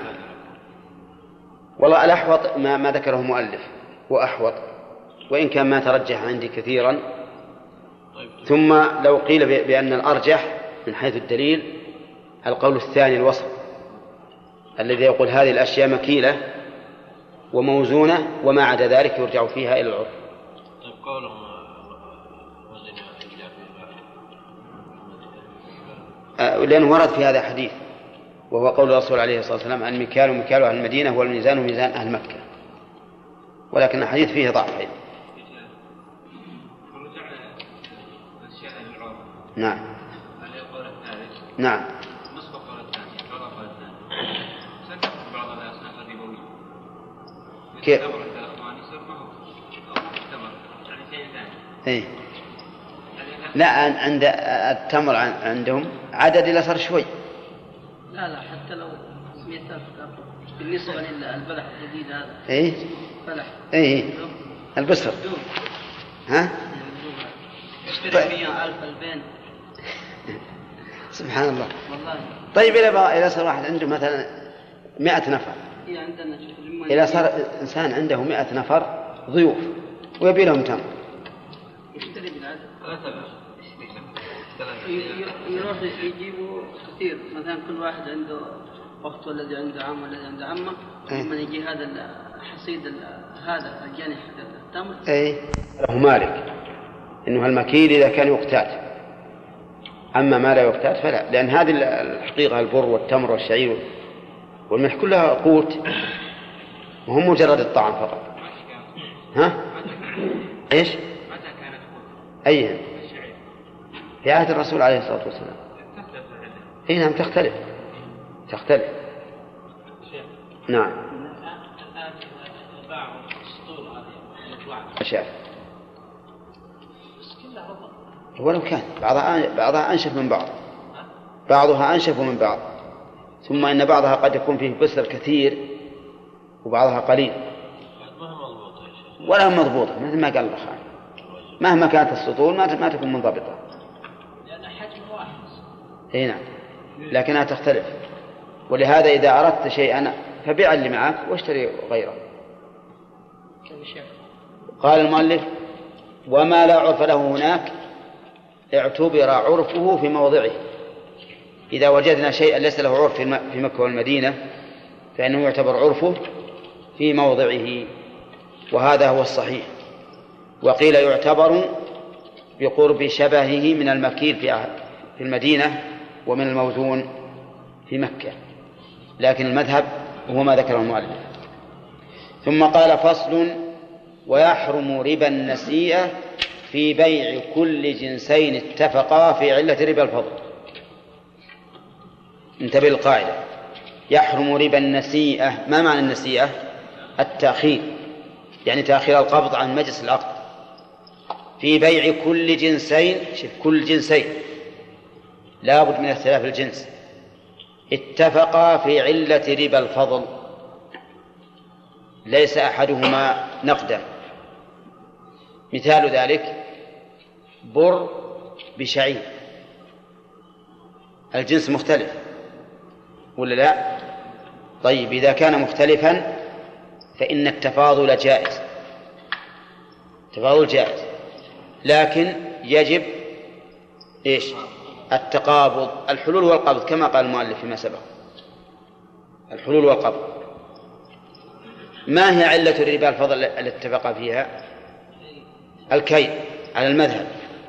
والله الأحوط ما ذكره المؤلف هو أحوط، وإن كان ما ترجح عندي كثيرا. ثم لو قيل بأن الأرجح من حيث الدليل القول الثاني الوسط الذي يقول هذه الأشياء مكيلة وموزونة، وما عدا ذلك يرجع فيها إلى العرف. لأنه ورد في هذا حديث، وهو قول الرسول عليه الصلاة والسلام: المكيال مكيال أهل المدينة والميزان ميزان أهل مكة. ولكن الحديث فيه ضعف. نعم. نعم. كيف؟ إيه؟ لا، عند التمر عندهم عدد إلى صار شوي.
لا حتى لو 100,000 بالنسبة للبلح الجديد هذا.
إيه؟
بلح.
إيه. البصر. ها؟
اشتري 100,000 2000.
سبحان الله.
والله.
طيب إذا صار واحد عنده مثلا 100 نفر.
إيه عندنا
إذا صار إنسان عنده 100 نفر ضيوف ويبي لهم تمر.
يشتري بالعدد. يروح يجيبوا كثير، مثلا كل واحد عنده أخت والذي عنده عم والذي عنده عمة، لما يجي هذا الحصيد هذا الجاني حق التمر.
له مالك إنه المكيل إذا كان يقتات، أما ما لا يقتات فلا، لأن هذه الحقيقة البر والتمر والشعير والملح كلها قوت وهم مجرد الطعام فقط. ها؟ إيش؟ أيها؟ في عهد الرسول عليه الصلاة والسلام. إيه نعم، تختلف. نعم. أشياء ولو كان بعضها أنشف من بعض، بعضها أنشف من بعض، ثم إن بعضها قد يكون فيه بسر كثير وبعضها قليل، ولا مضبوطة مثل ما قال البخاري، مهما كانت السطول ما تكون منضبطة،
لأن حجم واحد.
إيه نعم، لكنها تختلف. ولهذا إذا أردت شيئا فبيع اللي معك واشتري غيره. قال المؤلف: وما لا عرف له هناك اعتبر عرفه في موضعه. إذا وجدنا شيئا ليس له عرف في مكة والمدينة فإنه يعتبر عرفه في موضعه، وهذا هو الصحيح. وقيل يعتبر بقرب شبهه من المكيل في المدينة ومن الموزون في مكة، لكن المذهب هو ما ذكره المؤلف. ثم قال: فصل: ويحرم ربا النسيئة في بيع كل جنسين اتفقا في علة ربا الفضل. انتبه القاعدة: يحرم ربا النسيئة. ما معنى النسيئة؟ التأخير، يعني تأخير القبض عن مجلس العقد في بيع كل جنسين. شوف، كل جنسين لا بد من اختلاف الجنس اتفقا في علة ربا الفضل، ليس أحدهما نقدا. مثال ذلك بر بشعير، الجنس مختلف ولا لا؟ طيب، إذا كان مختلفا فإن التفاضل جائز، التفاضل جائز، لكن يجب إيش؟ التقابض، الحلول والقبض، كما قال المؤلف فيما سبق، الحلول والقبض. ما هي علة الربا الفضل التي اتفق فيها؟ الكيل على المذهب.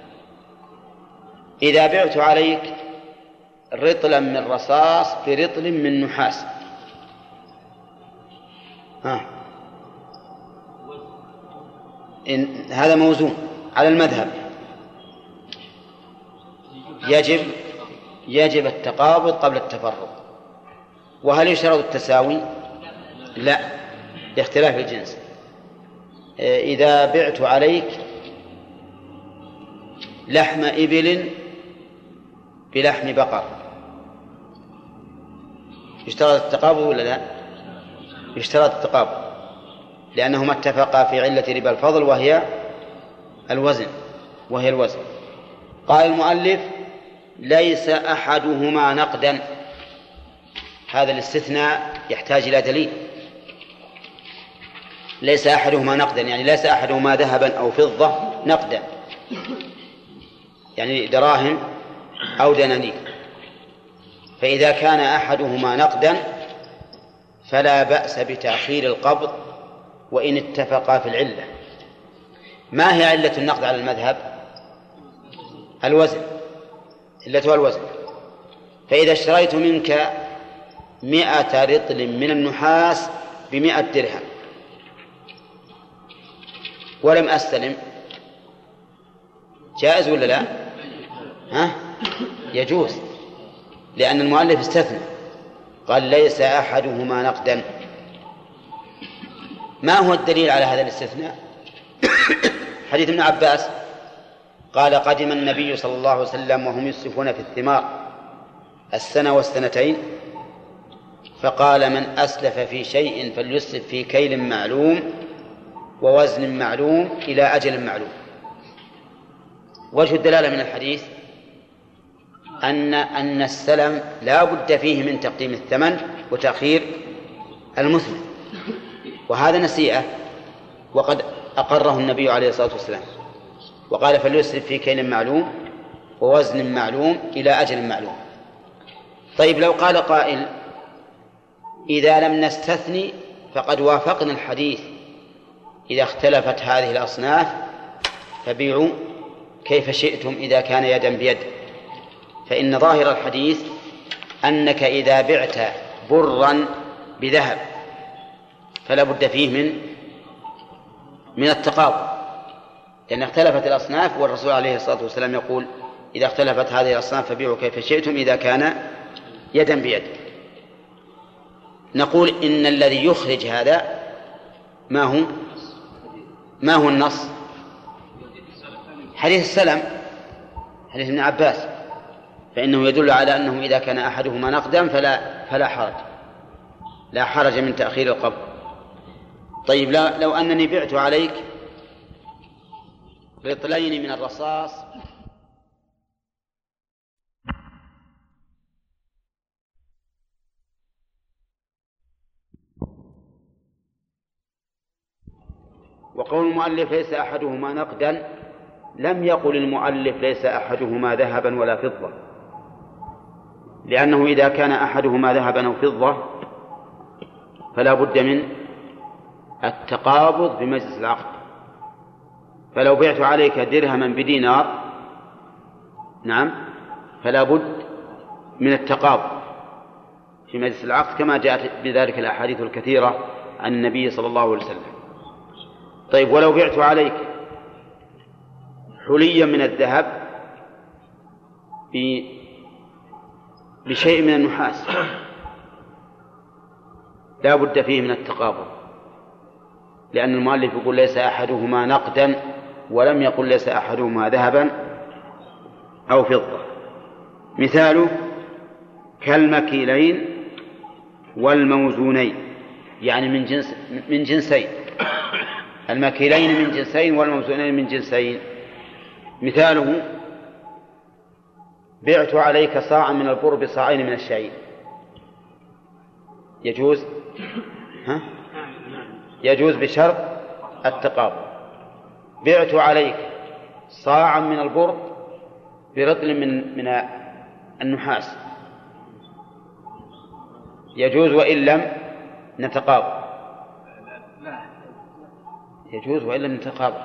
إذا بعت عليك رطلا من رصاص برطل من نحاس، هذا موزون على المذهب، يجب التقابض قبل التفرق. وهل يشترط التساوي؟ لا، لاختلاف الجنس. إذا بعت عليك لحم إبل بلحم بقر يشترط التقابض ولا لا؟ يشترط التقابض، لأنهما اتفقا في علة ربا الفضل وهي الوزن. قال المؤلف: ليس أحدهما نقدا. هذا الاستثناء يحتاج إلى دليل. ليس أحدهما نقدا يعني ليس أحدهما ذهبا أو فضة نقدا، يعني دراهم أو دنانير. فإذا كان أحدهما نقدا فلا بأس بتأخير القبض وإن اتفقا في العلة. ما هي علة النقد على المذهب؟ الوزن، علتها الوزن. فإذا اشتريت منك 100 رطل من النحاس ب100 درهم ولم أستلم، جائز ولا لا؟ ها؟ يجوز، لأن المؤلف استثنى قال ليس أحدهما نقدا. ما هو الدليل على هذا الاستثناء؟ حديث ابن عباس قال قدم النبي صلى الله عليه وسلم وهم يسلفون في الثمار 1 و2 فقال من أسلف في شيء فليسلف في كيل معلوم ووزن معلوم إلى أجل معلوم. وجه الدلالة من الحديث أن السلم لا بد فيه من تقديم الثمن وتأخير المثمن، وهذا نسيئة وقد أقره النبي عليه الصلاة والسلام وقال فليسلف في كيل معلوم ووزن معلوم إلى أجل معلوم. طيب لو قال قائل إذا لم نستثني فقد وافقنا الحديث إذا اختلفت هذه الأصناف فبيعوا كيف شئتم إذا كان يدا بيد، فإن ظاهر الحديث أنك إذا بعت برا بذهب فلا بد فيه من التقابض، لأن اختلفت الأصناف والرسول عليه الصلاة والسلام يقول إذا اختلفت هذه الأصناف فبيعوا كيف شئتم إذا كان يدا بيد. نقول إن الذي يخرج هذا ما هو النص؟ حديث السلم، حديث ابن عباس، فإنه يدل على أنه إذا كان أحدهما نقدا فلا حرج، لا حرج من تأخير القبض. طيب لو أنني بعت عليك رطلين من الرصاص وقول المؤلف ليس أحدهما نقدا، لم يقل المؤلف ليس أحدهما ذهبا ولا فضة، لأنه إذا كان أحدهما ذهبا أو فضة فلا بد من التقابض بمجلس العقد. فلو بعت عليك درهما بدينار نعم فلا بد من التقابض في مجلس العقد كما جاءت بذلك الأحاديث الكثيرة عن النبي صلى الله عليه وسلم. طيب ولو بعت عليك حليا من الذهب بشيء من النحاس لا بد فيه من التقابض، لأن المؤلف يقول ليس أحدهما نقدا ولم يقل ليس أحدهما ذهبا أو فضة. مثاله كالمكيلين والموزونين، يعني من جنسين، المكيلين من جنسين والموزونين من جنسين. مثاله بعت عليك صاعا من البر بصاعين من الشعير، يجوز؟ يجوز بشرط التقابض. بعت عليك صاعا من البر برطل من النحاس، يجوز وإن لم نتقابض، يجوز وإن لم نتقابض.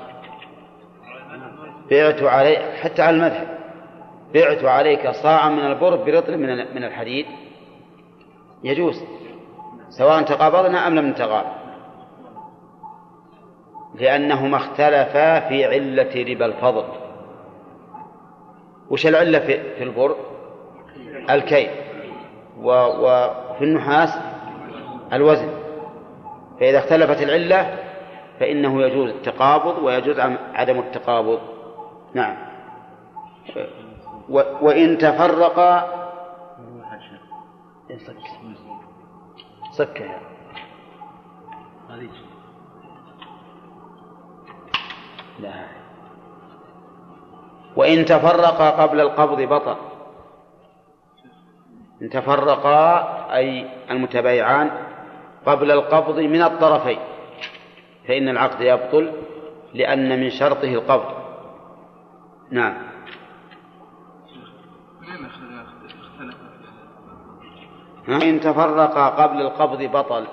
بعت عليك حتى على المذهب بعت عليك صاعا من البر برطل من الحديد، يجوز سواء تقابضنا أم لم نتقابض، لأنهما اختلفا في علة ربا الفضل. وش العلة في البر؟ الكيل، وفي النحاس الوزن. فإذا اختلفت العلة فإنه يجوز التقابض ويجوز عدم التقابض. نعم. وإن تفرقا سكها لا. وإن تفرقا قبل القبض بطل. إن تفرقا أي المتبايعان قبل القبض من الطرفين فإن العقد يبطل، لأن من شرطه القبض. نعم. إن تفرقا قبل القبض بطل.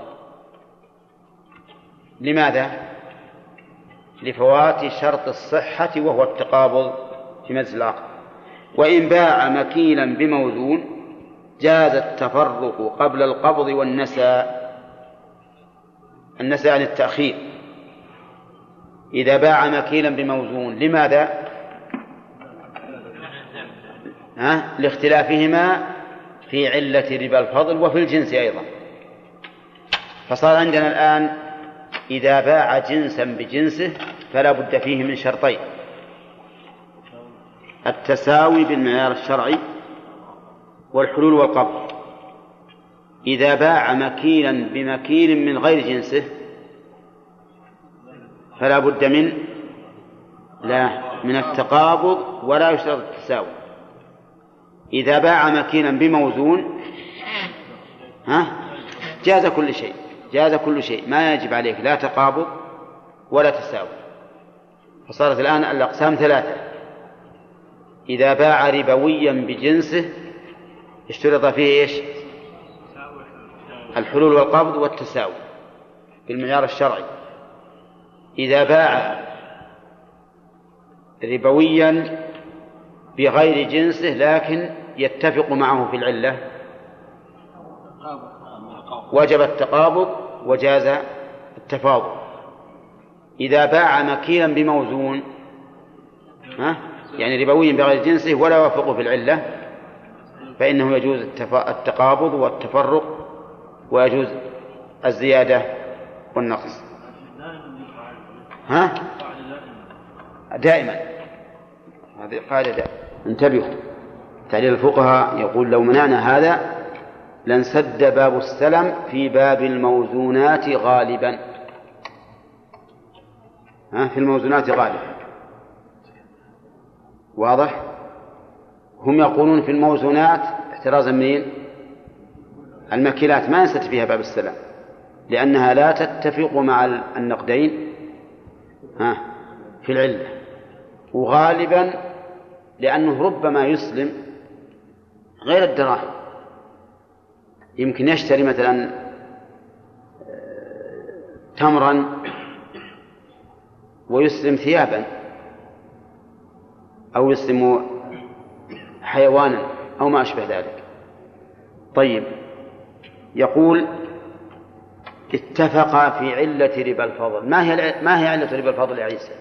لماذا؟ لفوات شرط الصحة وهو التقابض في مجلس العقد. وإن باع مكيلا بموزون جاز التفرق قبل القبض والنساء. النساء عن التأخير إذا باع مكيلا بموزون. لماذا؟ لاختلافهما في علة ربا الفضل وفي الجنس أيضا. فصار عندنا الآن إذا باع جنسا بجنسه فلا بد فيه من شرطين: التساوي بالمعيار الشرعي والحلول والقبض. إذا باع مكيلا بمكيل من غير جنسه فلا بد من التقابض ولا يشترط التساوي. إذا باع مكيلا بموزون جاز كل شيء ما يجب عليك لا تقابض ولا تساوي. فصارت الآن الأقسام ثلاثة: إذا باع ربويا بجنسه اشترط فيه إيش؟ الحلول والقبض والتساوي بالمعيار الشرعي. إذا باع ربويا بغير جنسه لكن يتفق معه في العلة وجب التقابض وجاز التفاضل. إذا باع مكيلا بموزون يعني ربويا بغير جنسه ولا يوافق في العلة فإنه يجوز التقابض والتفرق ويجوز الزيادة والنقص. دائما هذه قاعدة دائما. انتبهوا، تعليل الفقهاء يقول: لو منعنا هذا لانسد باب السلم في باب الموزونات غالبا. في الموزونات غالبا، واضح؟ هم يقولون في الموزونات احترازا من المكيلات ما ينسد فيها باب السلم لأنها لا تتفق مع النقدين في العلة، وغالبا لأنه ربما يسلم غير الدراهم. يمكن يشتري مثلا تمرا ويسلم ثيابا أو يسلم حيوانا أو ما أشبه ذلك. طيب، يقول: اتفقا في علة ربا الفضل. ما هي علة ربا الفضل يا عيسى؟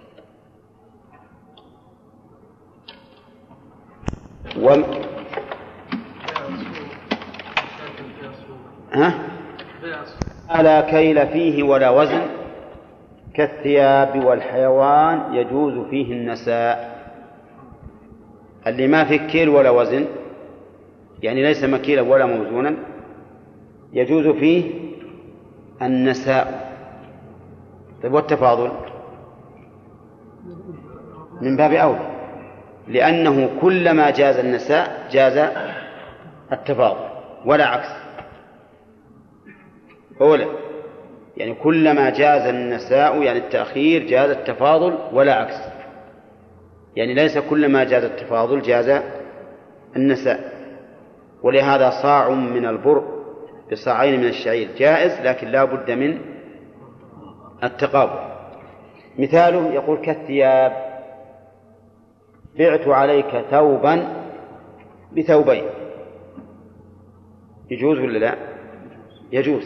لا كيل فيه ولا وزن كالثياب والحيوان يجوز فيه النساء. اللي ما في كيل ولا وزن يعني ليس مكيلا ولا موزونا يجوز فيه النساء. طيب، والتفاضل من باب أولى، لأنه كلما جاز النساء جاز التفاضل ولا عكس. أولا يعني كلما جاز النساء يعني التأخير جاز التفاضل ولا عكس، يعني ليس كلما جاز التفاضل جاز النساء. ولهذا صاع من البر بصاعين من الشعير جائز، لكن لا بد من التقابل. مثاله يقول: كالثياب، بعت عليك ثوبا بثوبين. يجوز ولا لا؟ يجوز.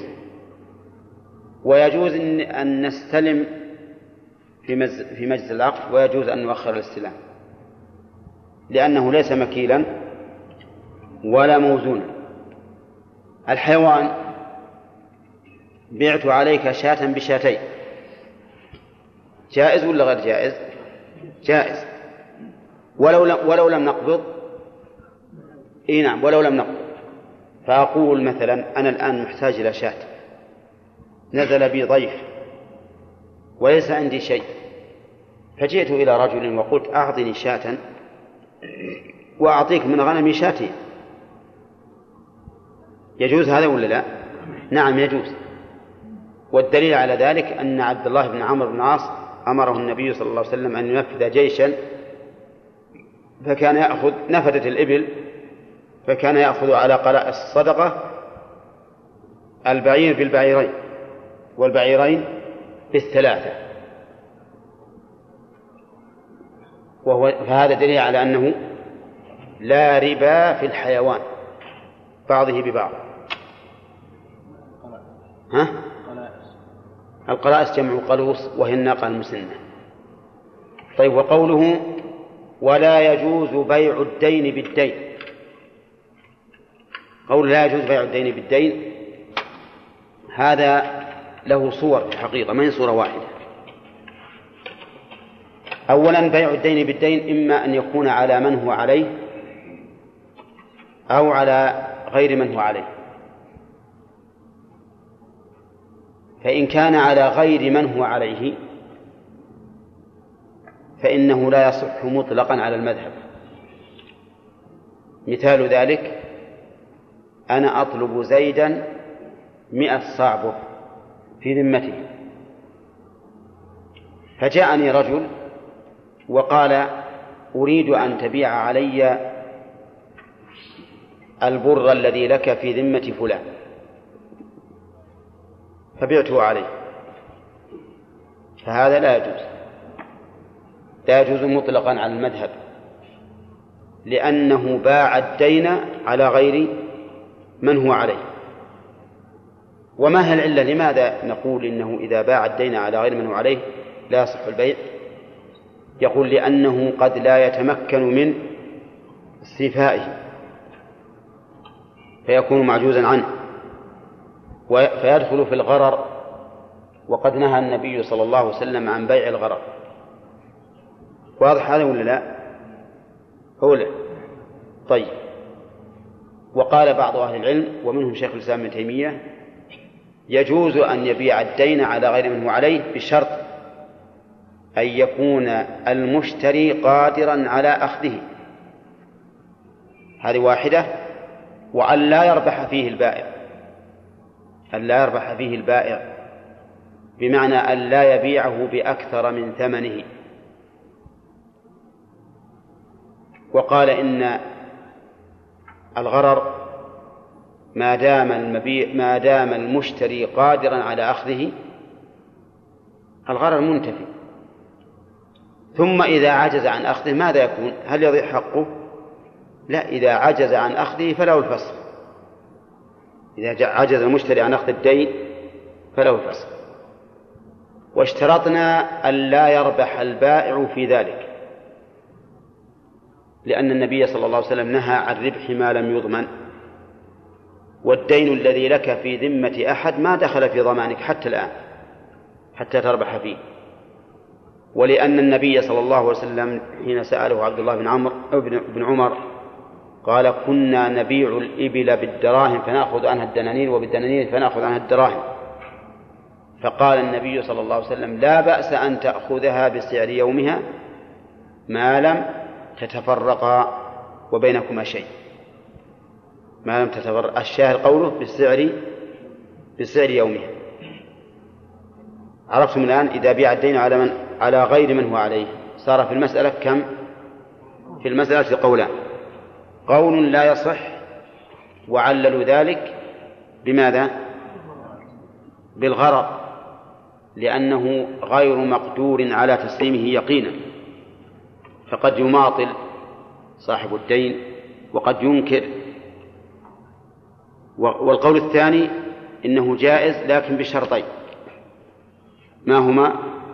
ويجوز أن نستلم في مجلس العقد، ويجوز أن نؤخر الاستلام لأنه ليس مكيلا ولا موزونا. الحيوان، بعت عليك شاة بشاتين، جائز ولا غير جائز؟ جائز. ولو لم نقبض. نعم، ولو لم نقبض. فأقول مثلا: أنا الآن محتاج إلى شاة، نزل بي ضيف وليس عندي شيء، فجئت إلى رجل وقلت: أعطني شاة وأعطيك من غنمي شاتين. يجوز هذا ولا لا؟ نعم يجوز. والدليل على ذلك أن عبد الله بن عمرو بن العاص أمره النبي صلى الله عليه وسلم أن ينفذ جيشا، فكان يأخذ نفدة الإبل، فكان يأخذ على قلاء الصدقة البعير بالبعيرين والبعيرين بالثلاثة. فهذا دليل على أنه لا ربا في الحيوان، بعضه ببعض. ها؟ القلائس جمع قلوص وهي الناقة المسنة. طيب، وقوله ولا يجوز بيع الدين بالدين، قول لا يجوز بيع الدين بالدين هذا له صور في الحقيقة، ما هي صورة واحدة. أولا بيع الدين بالدين إما أن يكون على من هو عليه أو على غير من هو عليه. فإن كان على غير من هو عليه فإنه لا يصح مطلقا على المذهب. مثال ذلك: أنا أطلب زيدا 100 صاع بر في ذمته، فجاءني رجل وقال أريد أن تبيع علي البر الذي لك في ذمة فلان، فبعته عليه، فهذا لا يجوز مطلقا على المذهب، لأنه باع الدين على غير من هو عليه. وما هي العلة؟ لماذا نقول إنه إذا باع الدين على غير من هو عليه لا يصح البيع؟ يقول لأنه قد لا يتمكن من استيفائه فيكون معجوزا عنه فيدخل في الغرر، وقد نهى النبي صلى الله عليه وسلم عن بيع الغرر. واضح هذا ولا لا؟ أولا. طيب، وقال بعض أهل العلم ومنهم شيخ الإسلام ابن تيمية يجوز أن يبيع الدين على غير من هو عليه بشرط أن يكون المشتري قادرا على أخذه، هذه واحدة، وأن لا يربح فيه البائع، أن لا يربح فيه البائع بمعنى أن لا يبيعه بأكثر من ثمنه. وقال إن الغرر ما دام المشتري قادرا على أخذه الغرر منتفي، ثم إذا عجز عن أخذه ماذا يكون؟ هل يضيع حقه؟ لا، إذا عجز عن أخذه فله الفسخ. إذا عجز المشتري عن أخذ الدين فله الفسخ. واشترطنا أن لا يربح البائع في ذلك، لأن النبي صلى الله عليه وسلم نهى عن ربح ما لم يضمن، والدين الذي لك في ذمة أحد ما دخل في ضمانك حتى الآن حتى تربح فيه. ولأن النبي صلى الله عليه وسلم حين سأله عبد الله بن عمر قال كنا نبيع الإبل بالدراهم فنأخذ عنها الدنانير وبالدنانير فنأخذ عنها الدراهم، فقال النبي صلى الله عليه وسلم لا بأس أن تأخذها بسعر يومها ما لم تتفرقا وبينكما شيء. ما لم تتفرق، الشاهد قوله بسعر يومها. عرفتم الآن؟ إذا بيع الدين على غير من هو عليه صار في المسألة كم؟ في المسألة قولان: قول لا يصح وعللوا ذلك بماذا؟ بالغرر، لأنه غير مقدور على تسليمه يقينا، فقد يماطل صاحب الدين وقد ينكر. والقول الثاني إنه جائز لكن بشرطين، ما هما؟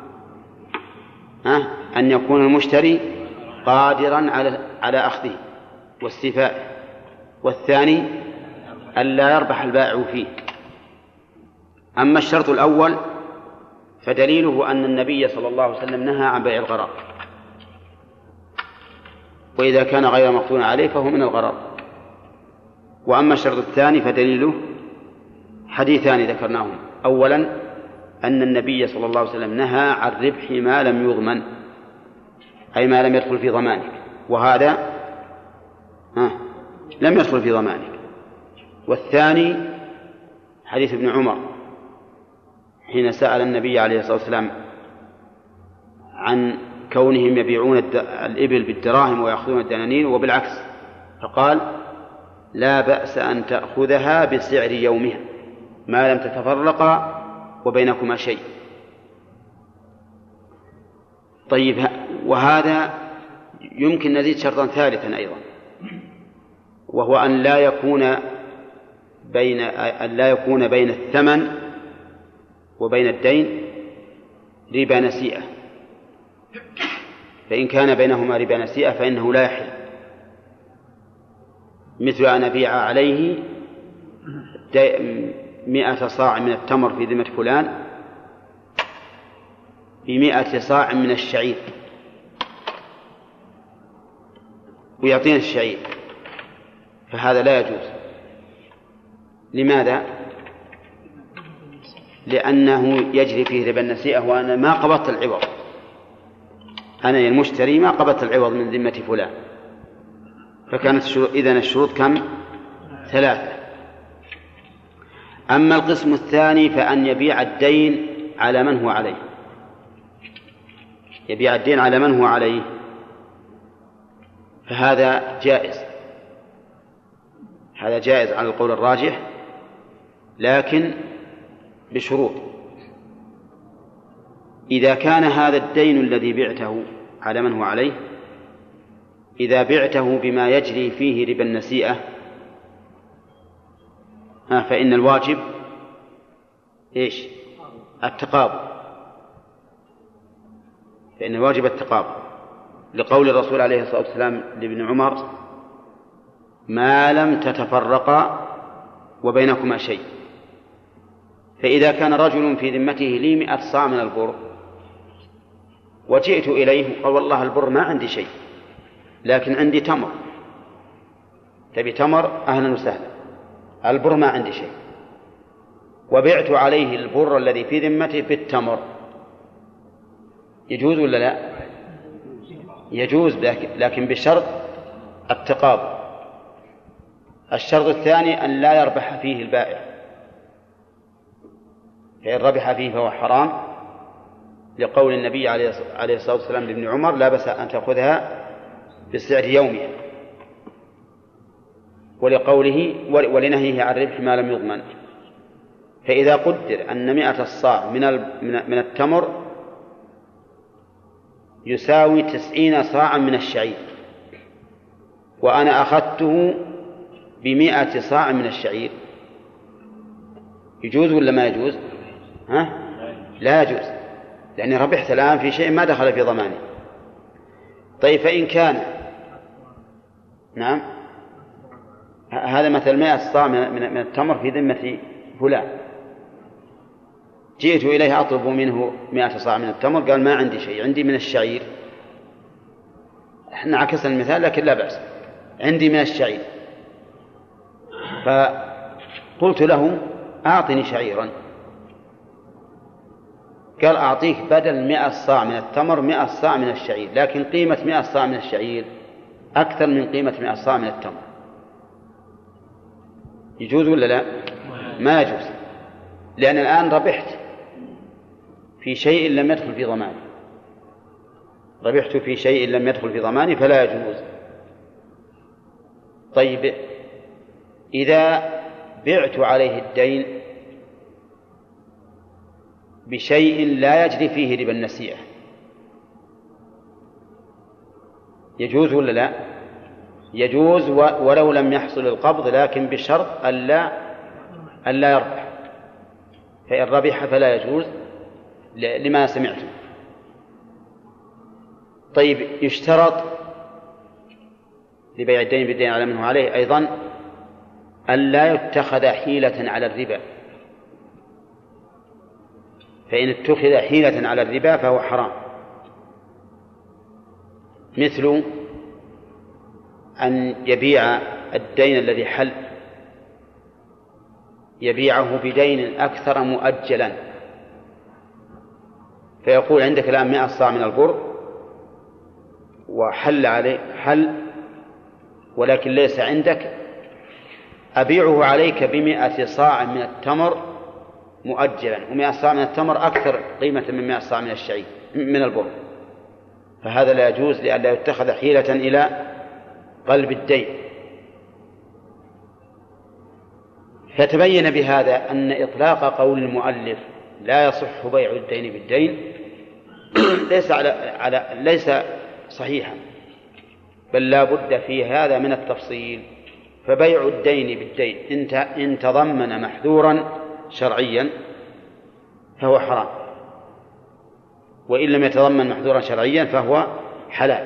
أن يكون المشتري قادرا على أخذه واستيفائه، والثاني أن لا يربح البائع فيه. أما الشرط الأول فدليله أن النبي صلى الله عليه وسلم نهى عن بيع الغرر، وإذا كان غير مقدور عليه فهو من الغرر. وأما الشرط الثاني فدليله حديثان ذكرناهم: أولا أن النبي صلى الله عليه وسلم نهى عن ربح ما لم يضمن، أي ما لم يدخل في ضمانك، وهذا لم يدخل في ضمانك. والثاني حديث ابن عمر حين سأل النبي عليه الصلاة والسلام عن كونهم يبيعون الإبل بالدراهم ويأخذون الدنانير وبالعكس، فقال لا بأس أن تأخذها بسعر يومها ما لم تتفرقا وبينكما شيء. طيب، وهذا يمكن نزيد شرطا ثالثا أيضا، وهو أن لا يكون أن لا يكون بين الثمن وبين الدين ربا نسيئة، فإن كان بينهما ربا نسيئة فإنه لا يحل، مثل أن أبيع عليه 100 صاع من التمر في ذمة فلان ب100 صاع من الشعير ويعطينا الشعير، فهذا لا يجوز. لماذا؟ لأنه يجري فيه ربا النسيئة، وأنا ما قبضت العوض، أنا المشتري ما قبضت العوض من ذمة فلان، فكانت إذن الشروط كم؟ 3. أما القسم الثاني فأن يبيع الدين على من هو عليه، يبيع الدين على من هو عليه، فهذا جائز، هذا جائز على القول الراجح، لكن بشروط. إذا كان هذا الدين الذي بعته على من هو عليه، إذا بعته بما يجري فيه ربا النسيئة فإن الواجب إيش؟ التقابض، فإن الواجب التقابض، لقول الرسول عليه الصلاة والسلام لابن عمر: ما لم تتفرقا وبينكما شيء. فإذا كان رجل في ذمته لي 100 صاع من البر وجئت إليه قال: والله البر ما عندي شيء، لكن عندي تمر، تبي تمر؟ أهلا وسهلا، البر ما عندي شيء، وبعت عليه البر الذي في ذمته بالتمر، يجوز ولا لا؟ يجوز، لكن بشرط التقابض. الشرط الثاني أن لا يربح فيه البائع، فإن ربح فيه فهو حرام، لقول النبي عليه الصلاة والسلام لابن عمر: لا بأس أن تأخذها بسعر يومها، ولقوله ولنهيه عن ربح ما لم يضمن. فإذا قدر أن 100 صاع من التمر يساوي 90 صاعا من الشعير، وأنا أخذته ب100 صاع من الشعير، يجوز ولا ما يجوز؟ لا يجوز، لأني ربحت الآن في شيء ما دخل في ضماني. طيب فإن كان هذا مثل 100 صاع من التمر في ذمة فلان، جئت إليه أطلب منه 100 صاع من التمر، قال: ما عندي شيء، عندي من الشعير. احنا عكسنا المثال لكن لا بأس، عندي من الشعير. فقلت له: أعطني شعيرا. قال: أعطيك بدل 100 صاع من التمر 100 صاع من الشعير، لكن قيمة 100 صاع من الشعير أكثر من قيمة 100 صاع من التمر. يجوز ولا لا؟ ما يجوز، لأن الآن ربحت في شيء لم يدخل في ضماني، ربحت في شيء لم يدخل في ضماني، فلا يجوز. طيب إذا بعت عليه الدين بشيء لا يجري فيه ربا النسيئة، يجوز ولا لا؟ يجوز، ولو لم يحصل القبض، لكن بشرط ألا يربح، فإن ربح فلا يجوز لما سمعته. طيب يشترط لبيع الدين بالدين على من هو عليه أيضا ألا يتخذ حيلة على الربا، فإن اتخذ حيلة على الربا فهو حرام، مثل أن يبيع الدين الذي حل، يبيعه بدين أكثر مؤجلا، فيقول: عندك الآن 100 صاع من البر وحل عليه حل ولكن ليس عندك، أبيعه عليك ب100 صاع من التمر مؤجلا، و100 صاع من التمر أكثر قيمة من 100 صاع من الشعير من البر، فهذا لا يجوز، لئلا يتخذ حيلة إلى قلب الدين. فتبين بهذا أن إطلاق قول المؤلف لا يصح بيع الدين بالدين ليس صحيحا، بل لا بد في هذا من التفصيل، فبيع الدين بالدين إن تضمن محذورا شرعيا فهو حرام، وإن لم يتضمن محذورا شرعيا فهو حلال،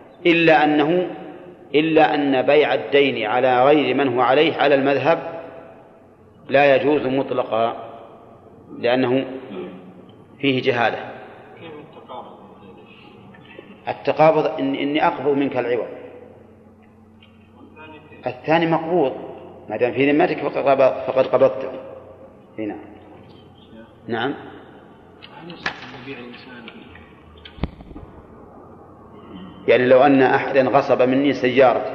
إلا أن بيع الدين على غير من هو عليه على المذهب لا يجوز مطلقا، لأنه فيه جهالة. التقابض إني أقبض منك العوض، الثاني مقبوض ما دام في ذمتك فقد قبضته هنا. نعم. يعني لو أن أحدا غصب مني سيارتي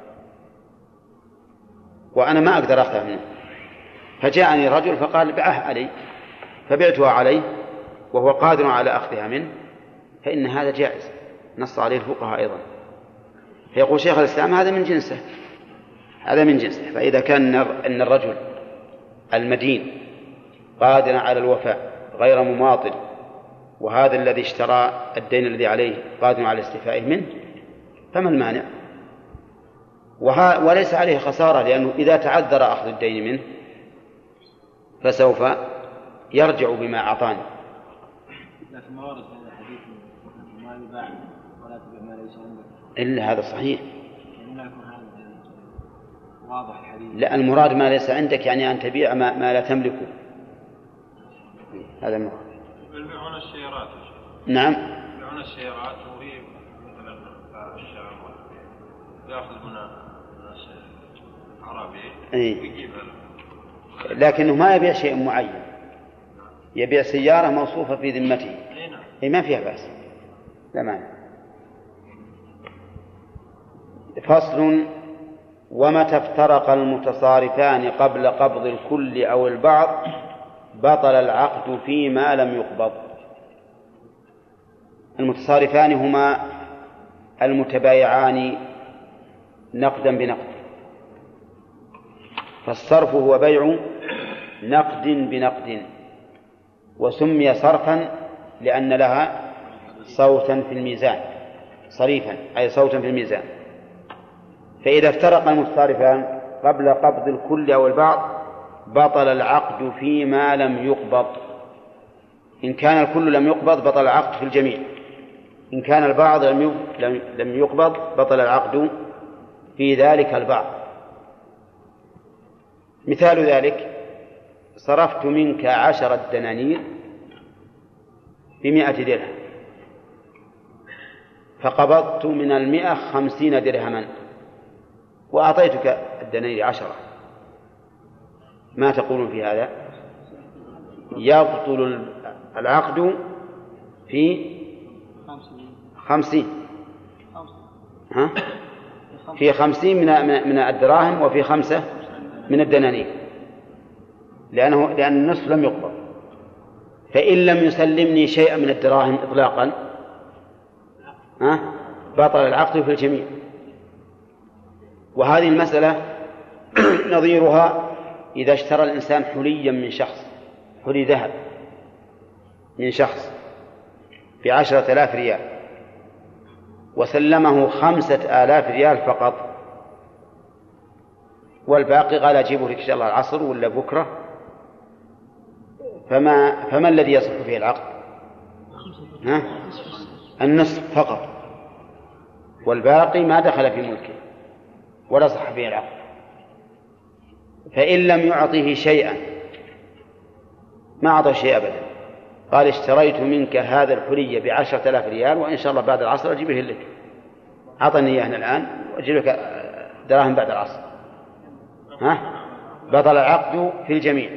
وأنا ما أقدر أخذها منه، فجاءني رجل فقال بعه علي، فبعتها عليه وهو قادر على أخذها منه، فإن هذا جائز، نص عليه الفقهاء أيضا. فيقول شيخ الإسلام هذا من جنسه، هذا من جنسه. فإذا كان أن الرجل المدين قادر على الوفاء غير مماطل، وهذا الذي اشترى الدين الذي عليه قادر على استيفائه منه، فما المانع؟ وليس عليه خسارة، لأنه إذا تعذر أخذ الدين منه فسوف يرجع بما أعطاني.
لكن ما ورد هذا الحديث ما يباع ولا تبيع ما ليس عندك
إلا هذا صحيح.
يعني لا يكون هذا واضح الحديث.
لا، المراد ما ليس عندك يعني أن تبيع ما لا تملكه، هذا المراد.
يبيعون السيارات.
نعم.
يبيعون السيارات وهي مثلا الشام يأخذ من الناس العربي ويجيبها له،
لكنه ما يبيع شيء معين، يبيع سيارة موصوفة في ذمته، أي ما فيها بأس، لا مانع. فصل: ومتى افترق المتصارفان قبل قبض الكل أو البعض بطل العقد فيما لم يقبض. المتصارفان هما المتبايعان نقدا بنقد، فالصرف هو بيع نقد بنقد، وسمي صرفا لأن لها صوتا في الميزان، صريفا أي صوتا في الميزان. فإذا افترق المتصارفان قبل قبض الكل أو البعض بطل العقد فيما لم يقبض. إن كان الكل لم يقبض بطل العقد في الجميع، إن كان البعض لم يقبض بطل العقد في ذلك البعض. مثال ذلك: صرفت منك 10 دنانير ب100 درهم، فقبضت من 100 50 درهما وأعطيتك الدنانير 10. ما تقولون في هذا؟ يبطل العقد في 50 في 50 من الدراهم، وفي 5 من الدنانير، لأن النصف لم يقبض. فإن لم يسلمني شيئا من الدراهم إطلاقا بطل العقد في الجميع. وهذه المسألة نظيرها إذا اشترى الإنسان حليا من شخص، حلي ذهب من شخص ب10,000 ريال، وسلمه 5,000 ريال فقط، والباقي قال أجيبه لك إن شاء الله العصر ولا بكرة، فما الذي يصح فيه العقد؟ النصف فقط، والباقي ما دخل في ملكه ولا صح فيه العقد. فإن لم يعطه شيئا، ما أعطى شيء أبدا، قال اشتريت منك هذا الحلي ب10,000 ريال وإن شاء الله بعد العصر أجيبه لك، أعطني إياه الآن وأجيب لك دراهم بعد العصر، بطل العقد في الجميع.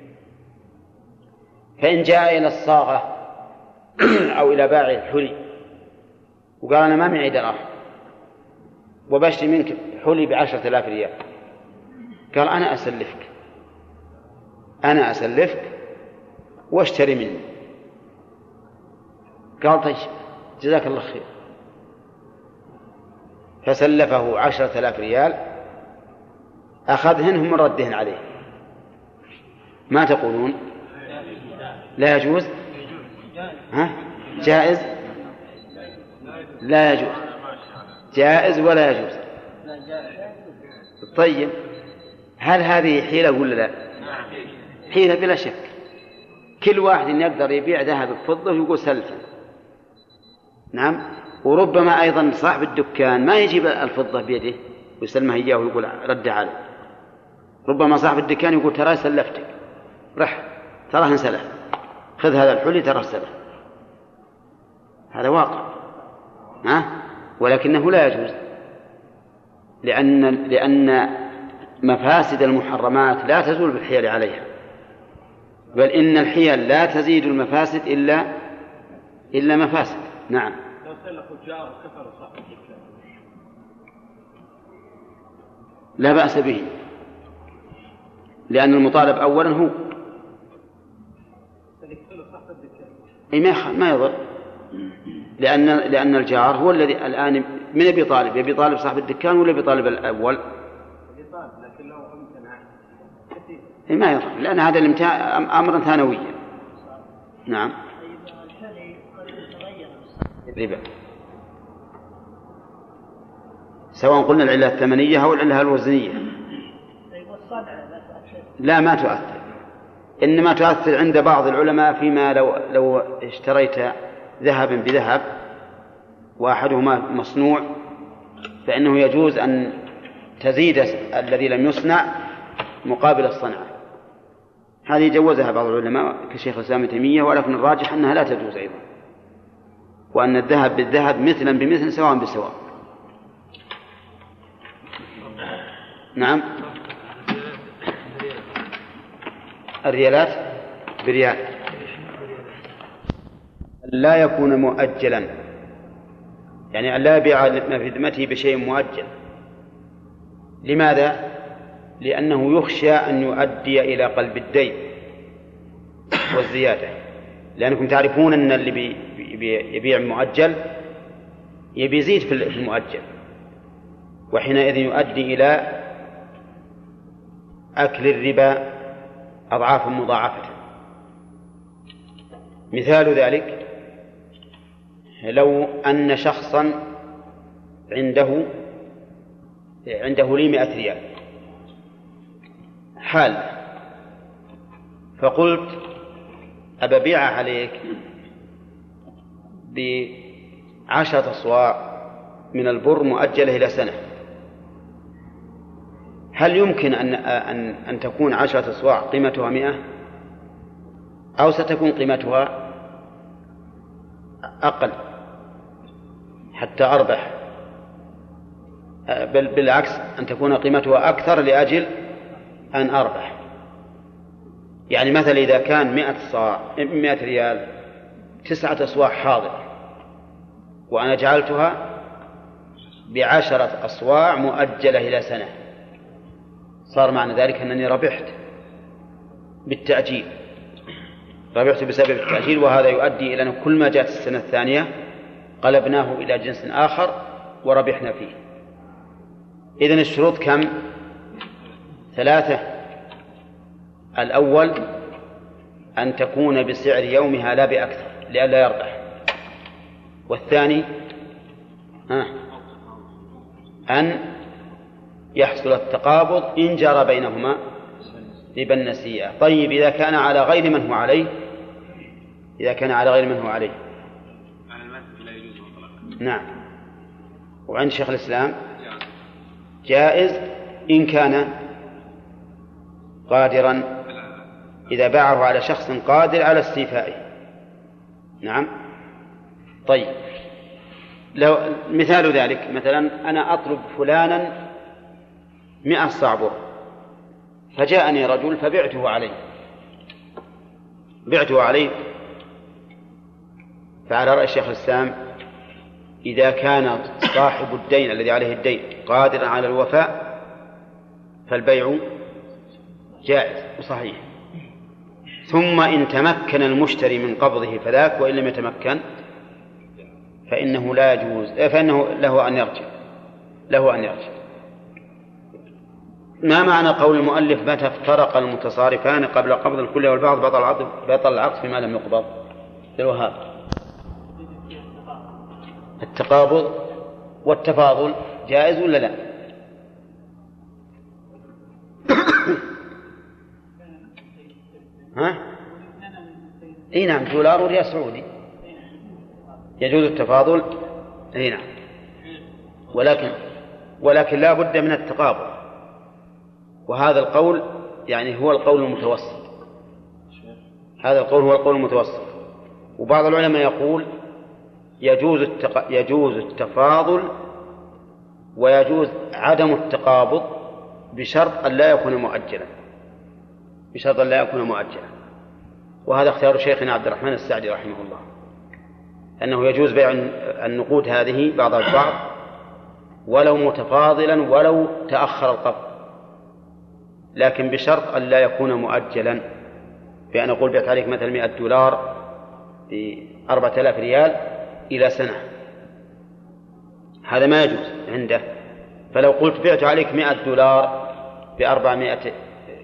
فإن جاء إلى الصاغة أو إلى باع الحلي وقال أنا ما معي دراهم وبشتري منك حلي ب10,000 ريال، قال أنا أسلفك واشتري مني. قال طيب جزاك الله خير، فسلفه 10,000 ريال، أخذهن هم ردهن عليه. ما تقولون؟ لا يجوز؟ جائز؟ لا يجوز، جائز ولا يجوز؟ طيب هل هذه حيلة ولا لا؟ حيلة بلا شك. كل واحد يقدر يبيع ذهب بفضة ويقول سلفا. نعم. وربما أيضا صاحب الدكان ما يجيب الفضة بيده ويسلمها إياه ويقول رد عليه. ربما صاحب الدكان يقول ترى سلفتك، رح تراه انسلف، خذ هذا الحلي ترى سلف. هذا واقع، ولكنه لا يجوز، لأن مفاسد المحرمات لا تزول بالحيل عليها، بل إن الحيل لا تزيد المفاسد إلا مفاسد. نعم.
لو سلفوا الجار كفر صاحب الدكان
لا بأس به، لأن المطالب أولا هو ما يضر، لأن الجار هو الذي الآن من يبي طالب صاحب الدكان ولا يبي طالب الأول؟
لكن لو امتنع
ما يضر، لأن هذا أمرا ثانويا. نعم. ربا سواء قلنا العلة الثمنية أو العلة الوزنية. لا ما تؤثر، إنما تؤثر عند بعض العلماء فيما لو اشتريت ذهبا بذهب وأحدهما مصنوع فإنه يجوز أن تزيد الذي لم يصنع مقابل الصنعة. هذه جوزها بعض العلماء كشيخ الإسلام ابن تيمية، ولكن الراجح أنها لا تجوز أيضا، وأن الذهب بالذهب مثلا بمثل سواء بسواء. نعم. الريالات بريال لا يكون مؤجلا، يعني أن لا يبيع ما في ذمته بشيء مؤجل. لماذا؟ لأنه يخشى أن يؤدي إلى قلب الدين والزيادة، لأنكم تعرفون أن اللي يبيع مؤجل يبي يزيد في المؤجل، وحينئذ يؤدي إلى أكل الربا أضعافا مضاعفة. مثال ذلك لو أن شخصا عنده لي 100 ريال حال، فقلت أبيعها عليك ب10 أصواع من البر مؤجلة إلى سنة. هل يمكن أن تكون 10 أصواع قيمتها 100 أو ستكون قيمتها أقل حتى أربح؟ بل بالعكس، أن تكون قيمتها أكثر لأجل أن أربح. يعني مثلا إذا كان 100 ريال 9 أصواع حاضر وأنا جعلتها ب10 أصواع مؤجلة إلى سنة، صار معنى ذلك أنني ربحت بالتأجيل، ربحت بسبب التأجيل، وهذا يؤدي إلى أن كل ما جاءت السنة الثانية قلبناه إلى جنس آخر وربحنا فيه. إذن الشروط كم؟ 3. الأول أن تكون بسعر يومها لا بأكثر لئلا يربح، والثاني أن يحصل التقابض إن جرى بينهما ربا النسيئة. طيب إذا كان على غير من هو عليه، نعم. وعند شيخ الإسلام جائز إن كان قادرا، إذا باعه على شخص قادر على استيفائه. نعم. طيب لو مثال ذلك مثلا أنا أطلب فلانا 100 صاع بر، فجاءني رجل فبعته عليه، فعلى رأي الشيخ الإسلام إذا كان صاحب الدين الذي عليه الدين قادرا على الوفاء فالبيع جائز وصحيح. ثم إن تمكن المشتري من قبضه فذاك، وإن لم يتمكن فإنه لا يجوز، فإنه له أن يرجع. ما معنى قول المؤلف متى افترق المتصارفان قبل قبض الكل والبعض بطل العقد فيما لم يقبض؟ الوهاب التقابض والتفاضل جائز ولا لا؟ اي نعم، دولار وريال سعودي يجوز التفاضل. اي نعم، ولكن لا بد من التقابل، وهذا القول يعني هو القول المتوسط. هذا القول هو القول المتوسط. وبعض العلماء يقول يجوز التفاضل ويجوز عدم التقابض بشرط أن لا يكون مؤجلا، بشرط أن لا يكون مؤجلا. وهذا اختيار شيخنا عبد الرحمن السعدي رحمه الله، أنه يجوز بيع النقود هذه بعضها البعض ولو متفاضلا ولو تأخر القبض، لكن بشرط أن لا يكون مؤجلا، بأن أقول بعت عليك مثلا 100 دولار ب4000 ريال إلى سنة، هذا ما يجوز عنده. فلو قلت بعت عليك 100 دولار ب400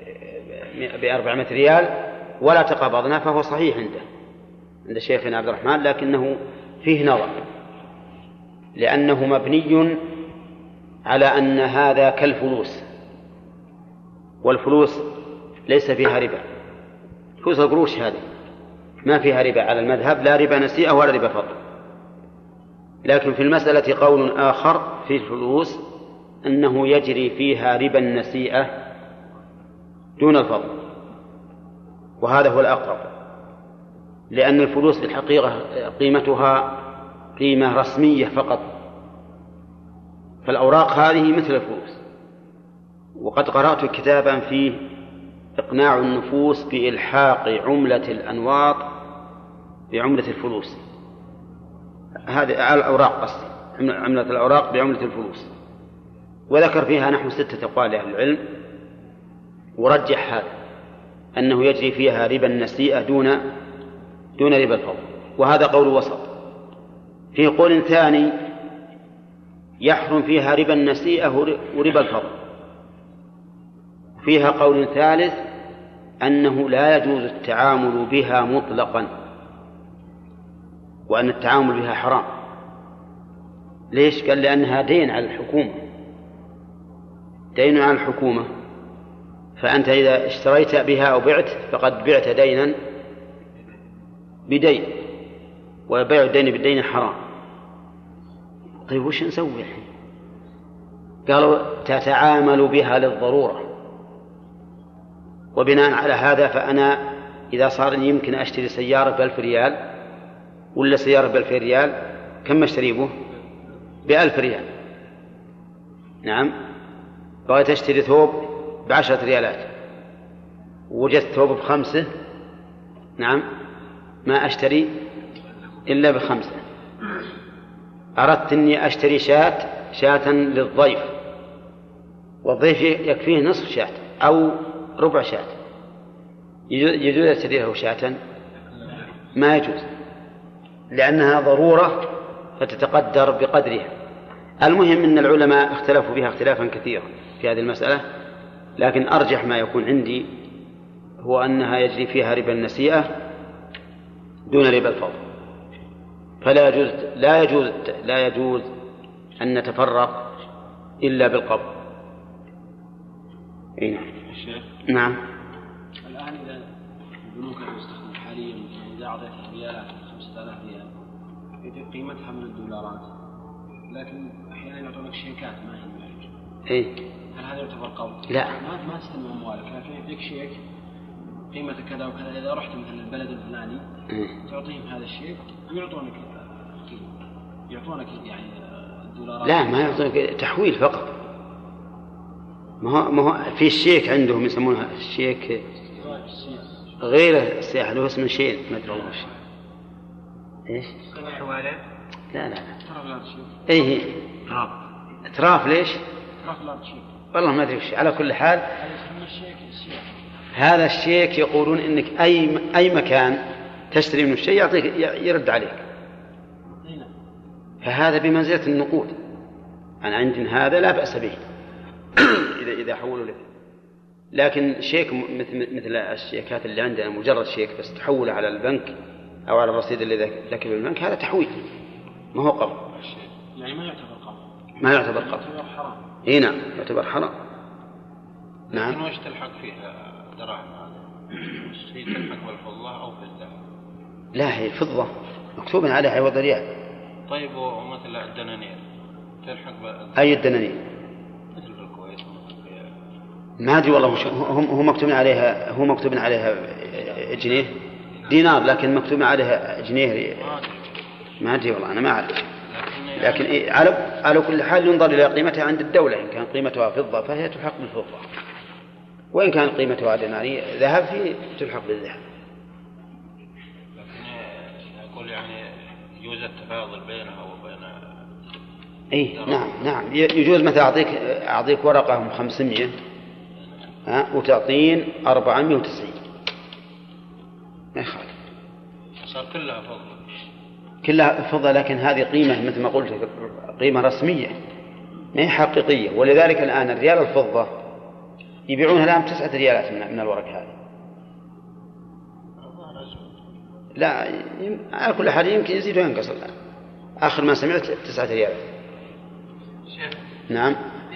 ريال ولا تقابضنا فهو صحيح عند شيخنا عبد الرحمن، لكنه فيه نظر، لأنه مبني على أن هذا كالفلوس، والفلوس ليس فيها ربا. فلوس القروش هذه ما فيها ربا على المذهب، لا ربا نسيئة ولا ربا فضل. لكن في المسألة قول آخر في الفلوس أنه يجري فيها ربا النسيئة دون الفضل، وهذا هو الأقرب، لأن الفلوس بالحقيقة قيمتها قيمة رسمية فقط، فالأوراق هذه مثل الفلوس. وقد قرأت كتابا فيه إقناع النفوس بإلحاق عملة الأنواط بعملة الفلوس، هذه الأوراق قصدي، عملة الأوراق بعملة الفلوس، وذكر فيها نحو 6 أقوال أهل العلم، ورجح هذا أنه يجري فيها ربا النسيئة دون ربا الفضل، وهذا قول وسط. في قول ثاني يحرم فيها ربا النسيئة وربا الفضل. فيها قول ثالث أنه لا يجوز التعامل بها مطلقا، وأن التعامل بها حرام. ليش؟ قال لأنها دين على الحكومة، دين على الحكومة، فأنت إذا اشتريت بها أو بعت فقد بعت دينا بدين، وبيع الدين بالدين حرام. طيب وش نسوي الحين؟ قالوا تتعامل بها للضرورة، وبناء على هذا فأنا إذا صار يمكن أشتري سيارة ب1000 ريال ولا سيارة ب2000 ريال، كم أشتري به؟ ب1000 ريال. نعم، بغيت أشتري ثوب ب10 ريالات ووجدت ثوب ب5، نعم، ما أشتري إلا ب5. أردت أني أشتري شاة للضيف، والضيف يكفيه نصف شاة أو ربع شاة، يجوز أشتري له شاة؟ ما يجوز، لأنها ضرورة فتتقدر بقدرها. المهم أن العلماء اختلفوا فيها اختلافا كثيرا في هذه المسألة، لكن أرجح ما يكون عندي هو أنها يجري فيها ربا النسيئة دون ربا الفضل، فلا يجوز أن نتفرق إلا بالقبض. نعم.
الآن إذا البنوك المستخدمة حاليا إذا أعطيت ريالات 5000 ريال يجب قيمتها من الدولارات، لكن أحيانا يعطونك شيكات ما هي معك.
إيه؟
هل هذا يعتبر قبض؟
لا،
ما تستلم أموالك، لكن يعطيك شيك قيمته كذا وكذا. إذا رحت مثلا البلد الفلاني تعطيهم هذا الشيك ويعطونك يعني الدولارات.
لا، ما يعطونك تحويل فقط. ما هو في الشيك عندهم يسمونها الشيك غير السياحة، له اسم شيء ما أدري والله وش. إيش؟
حوالة؟
لا
تراف لا تشيك.
إيه تراف ليش؟
تراف لا تشيك.
والله ما أدري وش. على كل حال هذا الشيك يقولون إنك أي مكان تشتري منه الشيء يعطيك يرد عليك، فهذا بمنزلة النقود. أنا عندي هذا لا بأس به إذا حولوا لك، لكن شيك مثل الشيكات اللي عندنا مجرد شيك بس تحوله على البنك أو على الرصيد اللي لك بالبنك، هذا تحويل ما هو قبض.
يعني ما يعتبر قبض.
ما يعتبر قبض.
يعتبر حرام.
إيه نعم، يعتبر حرام. نعم.
لكن وش تلحق فيها دراهم هذا؟ شيء تلحق بالفضة أو بالذهب؟
لا، هي فضة مكتوب عليها عوض ريال.
طيب ومثل الدنانير تلحق
أي الدنانير؟
مثل في الكويت
ما أدري والله، هو مكتوب عليها جنيه دينار، لكن مكتوب عليها جنيه ما أدري والله، أنا ما أعرف. لكن على كل حال ينظر إلى قيمتها عند الدولة. إن كان قيمتها فضة فهي تلحق بالفضة، وإن كان قيمتها دينار ذهب فيه تلحق بالذهب.
لكن أقول يعني يجوز التفاضل بينها وبين
نعم يجوز. مثلا أعطيك ورقة 500 وتعطين 490 ما يخالف،
صار كلها فضة.
لكن هذه قيمة مثل ما قلت، قيمة رسمية ما هي حقيقية. ولذلك الآن الريال الفضة يبيعونها الآن 9 ريالات من الورق هذه. لا، على كل حال يمكن يزيد وينقص الآن. آخر ما سمعت 9 ريالات. نعم.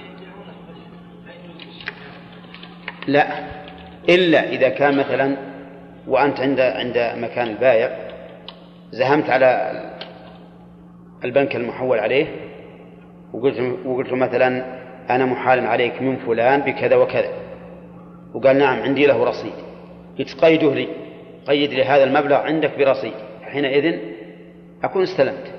لا، إلا إذا كان مثلا وأنت عند مكان البائع زهمت على البنك المحول عليه وقلت له مثلا أنا محال عليك من فلان بكذا وكذا، وقال نعم عندي له رصيد، يتقيده لي، قيد لي هذا المبلغ عندك برصيد، حينئذ أكون استلمت.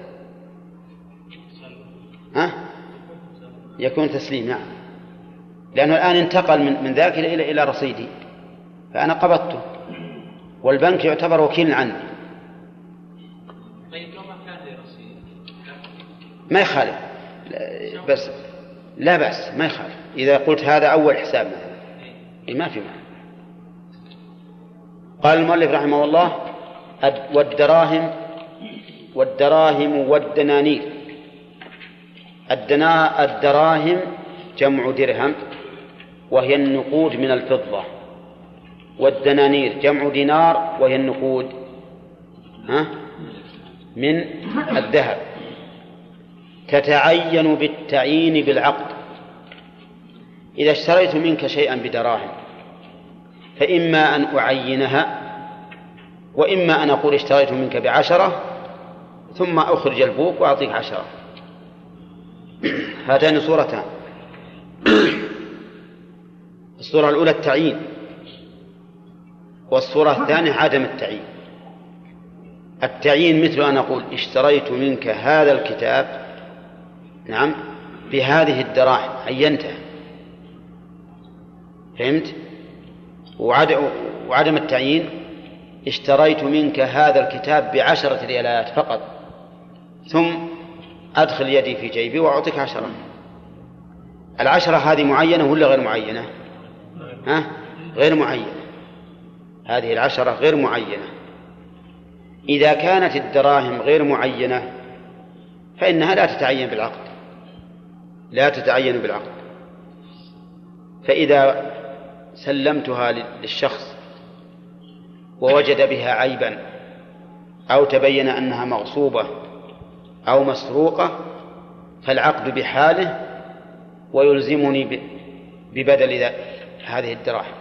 يكون تسليم. نعم، لأنه الآن انتقل من ذاك إلى رصيدي، فأنا قبضته، والبنك يعتبر وكيل عني.
طيب لو ما كان لي رصيد
ما يخالف، بس لا بأس، ما يخالف إذا قلت هذا أول حساب مثلا، ما في معنى. قال المؤلف رحمه الله: والدراهم والدنانير. الدراهم جمع درهم وهي النقود من الفضة، والدنانير جمع دينار وهي النقود من الذهب. تتعين بالتعيين بالعقد. إذا اشتريت منك شيئا بدراهم فإما أن أعينها، وإما أن أقول اشتريت منك ب10 ثم أخرج البوك وأعطيك 10. هاتان صورتان. الصورة الأولى التعيين، والصورة الثانية عدم التعيين. التعيين مثل أن أقول اشتريت منك هذا الكتاب نعم بهذه الدراهم، عينتها، فهمت؟ وعدم التعيين اشتريت منك هذا الكتاب ب10 ريالات فقط، ثم أدخل يدي في جيبي وأعطيك 10. 10 هذه معينة ولا غير معينة؟ غير معينة. هذه 10 غير معينة. إذا كانت الدراهم غير معينة فإنها لا تتعين بالعقد، لا تتعين بالعقد. فإذا سلمتها للشخص ووجد بها عيبا أو تبين أنها مغصوبة أو مسروقة فالعقد بحاله ويلزمني ببدل هذه الدراهم،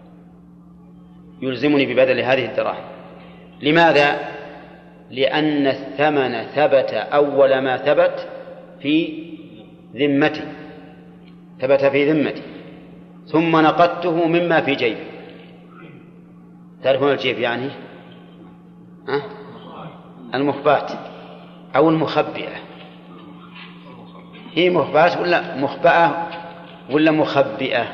يلزمني ببدل هذه الدراهم. لماذا؟ لأن الثمن ثبت أول ما ثبت في ذمتي، ثبت في ذمتي، ثم نقدته مما في جيبي. تعرفون الجيب يعني المخبات أو المخبئة. هي مخبات ولا مخبأة ولا مخبئة؟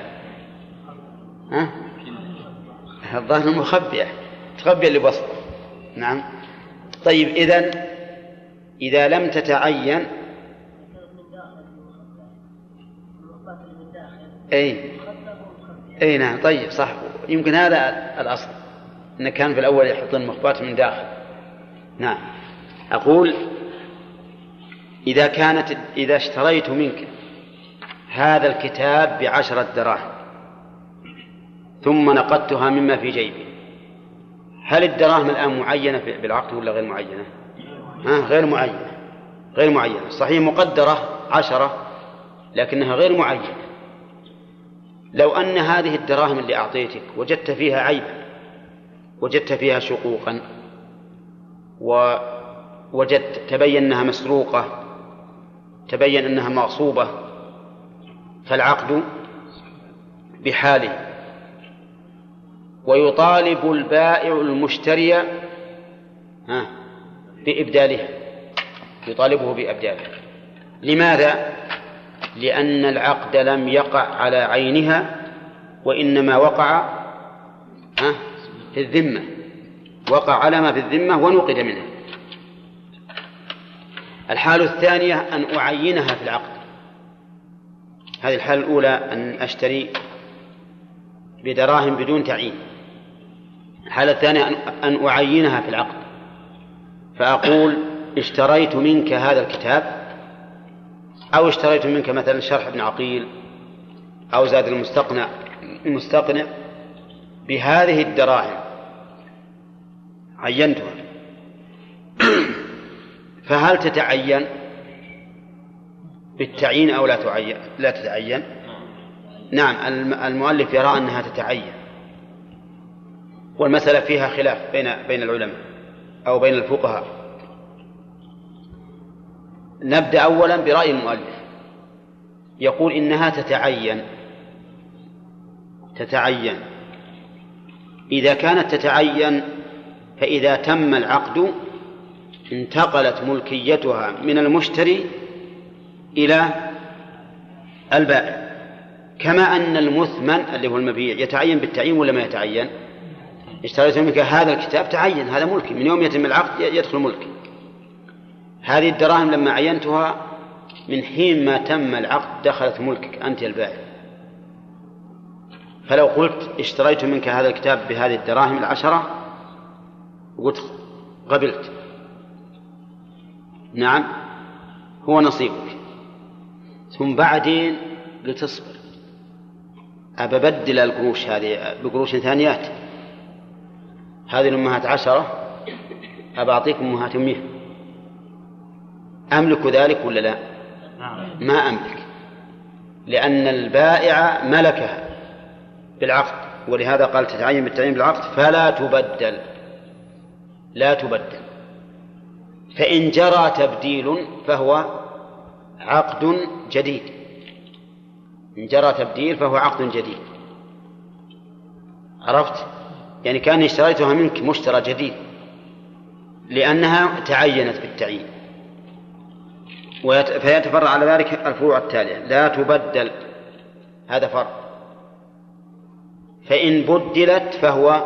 الظاهر المخبئة، تخبئ اللي بسط. نعم. طيب إذا لم تتعين أي نعم. طيب صح، يمكن هذا الأصل، إن كان في الأول يحطون مخبات من داخل. نعم. أقول إذا اشتريت منك هذا الكتاب ب10 دراهم ثم نقدتها مما في جيبي، هل الدراهم الآن معينة بالعقد ولا غير معينة؟ غير معينة. صحيح مقدرة 10 لكنها غير معينة. لو أن هذه الدراهم اللي أعطيتك وجدت فيها عيبا، وجدت فيها شقوقا، ووجدت تبين أنها مسروقة، تبين أنها مغصوبة، فالعقد بحاله. ويطالب البائع المشتري بإبدالها، يطالبه بإبدالها. لماذا؟ لأن العقد لم يقع على عينها، وإنما وقع في الذمة، وقع على ما في الذمة ونقد منها. الحالة الثانية أن أعينها في العقد. هذه الحالة الأولى أن أشتري بدراهم بدون تعيين. الحالة الثانية أن أعينها في العقد، فأقول اشتريت منك هذا الكتاب، أو اشتريت منك مثلا شرح ابن عقيل أو زاد المستقنع بهذه الدراهم، عينتها. فهل تتعين بالتعيين أو لا تتعين؟ نعم، المؤلف يرى أنها تتعين، والمسألة فيها خلاف بين العلماء أو بين الفقهاء. نبدأ أولا برأي المؤلف، يقول إنها تتعين. إذا كانت تتعين فإذا تم العقد انتقلت ملكيتها من المشتري إلى البائع، كما أن المثمن اللي هو المبيع يتعين بالتعيين ولا ما يتعين؟ اشتريت منك هذا الكتاب، تعين، هذا ملكي، من يوم يتم العقد يدخل ملكي. هذه الدراهم لما عينتها من حين ما تم العقد دخلت ملكك أنت البائع. فلو قلت اشتريت منك هذا الكتاب بهذه الدراهم 10، وقلت قبلت، نعم هو نصيبك، ثم بعدين قلت اصبر، أبدل القروش هذه بقروش ثانيات، هذه الأمهات 10، أبعطيكم أمهات 100، أملك ذلك ولا لا؟ ما أملك، لأن البائع ملكها بالعقد، ولهذا قال تتعين بالتعيين بالعقد فلا تبدل، لا تبدل. فإن جرى تبديل فهو عقد جديد، إن جرى تبديل فهو عقد جديد. عرفت؟ يعني كان اشتريتها منك مشترى جديد لأنها تعينت بالتعيين. فيتفرع على ذلك الفروع التالية: لا تبدل، هذا فرع. فإن بدلت فهو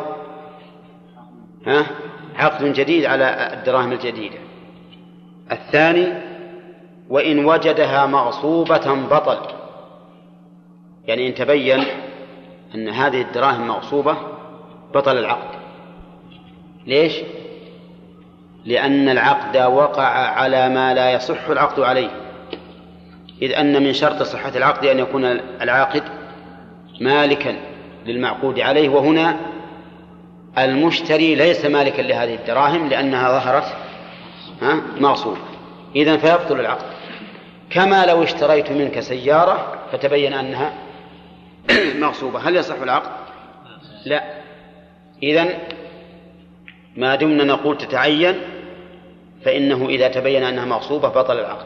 عقد جديد على الدراهم الجديدة. الثاني: وإن وجدها مغصوبة بطل، يعني إن تبين أن هذه الدراهم مغصوبة بطل العقد. ليش؟ لأن العقد وقع على ما لا يصح العقد عليه، إذ أن من شرط صحة العقد أن يكون العاقد مالكا للمعقود عليه، وهنا المشتري ليس مالكا لهذه الدراهم لأنها ظهرت مغصوبة، إذن فيبطل العقد. كما لو اشتريت منك سيارة فتبين أنها مغصوبة، هل يصح العقد؟ لا. إذن ما دمنا نقول تتعين فإنه إذا تبين أنها مغصوبة بطل العقد.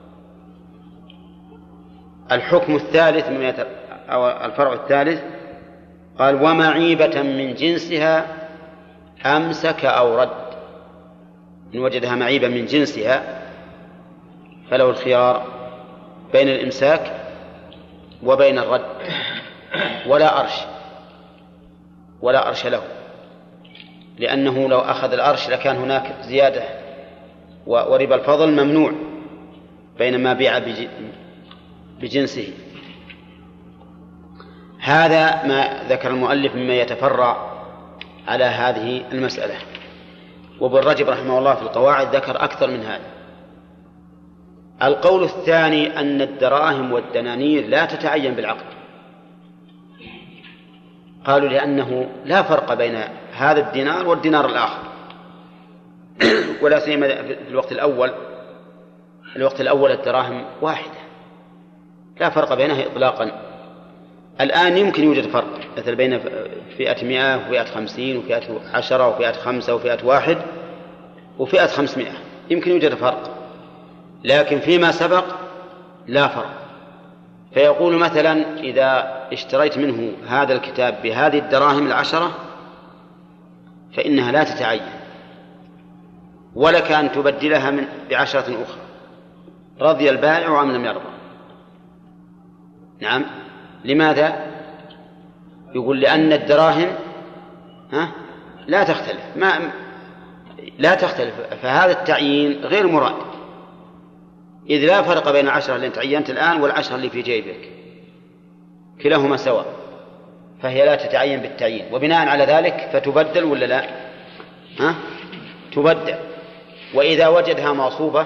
الحكم الثالث أو الفرع الثالث قال: ومعيبة من جنسها أمسك أو رد. إن وجدها معيبة من جنسها فله الخيار بين الإمساك وبين الرد، ولا أرش له، لأنه لو أخذ الأرش لكان هناك زيادة، وربا الفضل ممنوع بين ما بيع بجنسه. هذا ما ذكر المؤلف مما يتفرع على هذه المسألة. وابن رجب رحمه الله في القواعد ذكر أكثر من هذا. القول الثاني أن الدراهم والدنانير لا تتعين بالعقد. قالوا لأنه لا فرق بين هذا الدينار والدينار الآخر، ولا سيما في الوقت الأول الدراهم واحدة لا فرق بينها إطلاقا. الآن يمكن يوجد فرق مثل بين فئة 100 وفئة 50 وفئة 10 وفئة 5 وفئة 1، وفئة 500 يمكن يوجد فرق، لكن فيما سبق لا فرق. فيقول مثلا إذا اشتريت منه هذا الكتاب بهذه الدراهم 10 فإنها لا تتعين، ولك أن تبدلها ب10 أخرى، رضي البائع أم لم يرضى. نعم. لماذا؟ يقول لأن الدراهم لا تختلف، لا تختلف، فهذا التعيين غير مراد، إذ لا فرق بين 10 اللي تعينت الآن وال10 اللي في جيبك، كلاهما سواء، فهي لا تتعين بالتعيين. وبناء على ذلك فتبدل ولا لا؟ تبدل. وإذا وجدها مغصوبة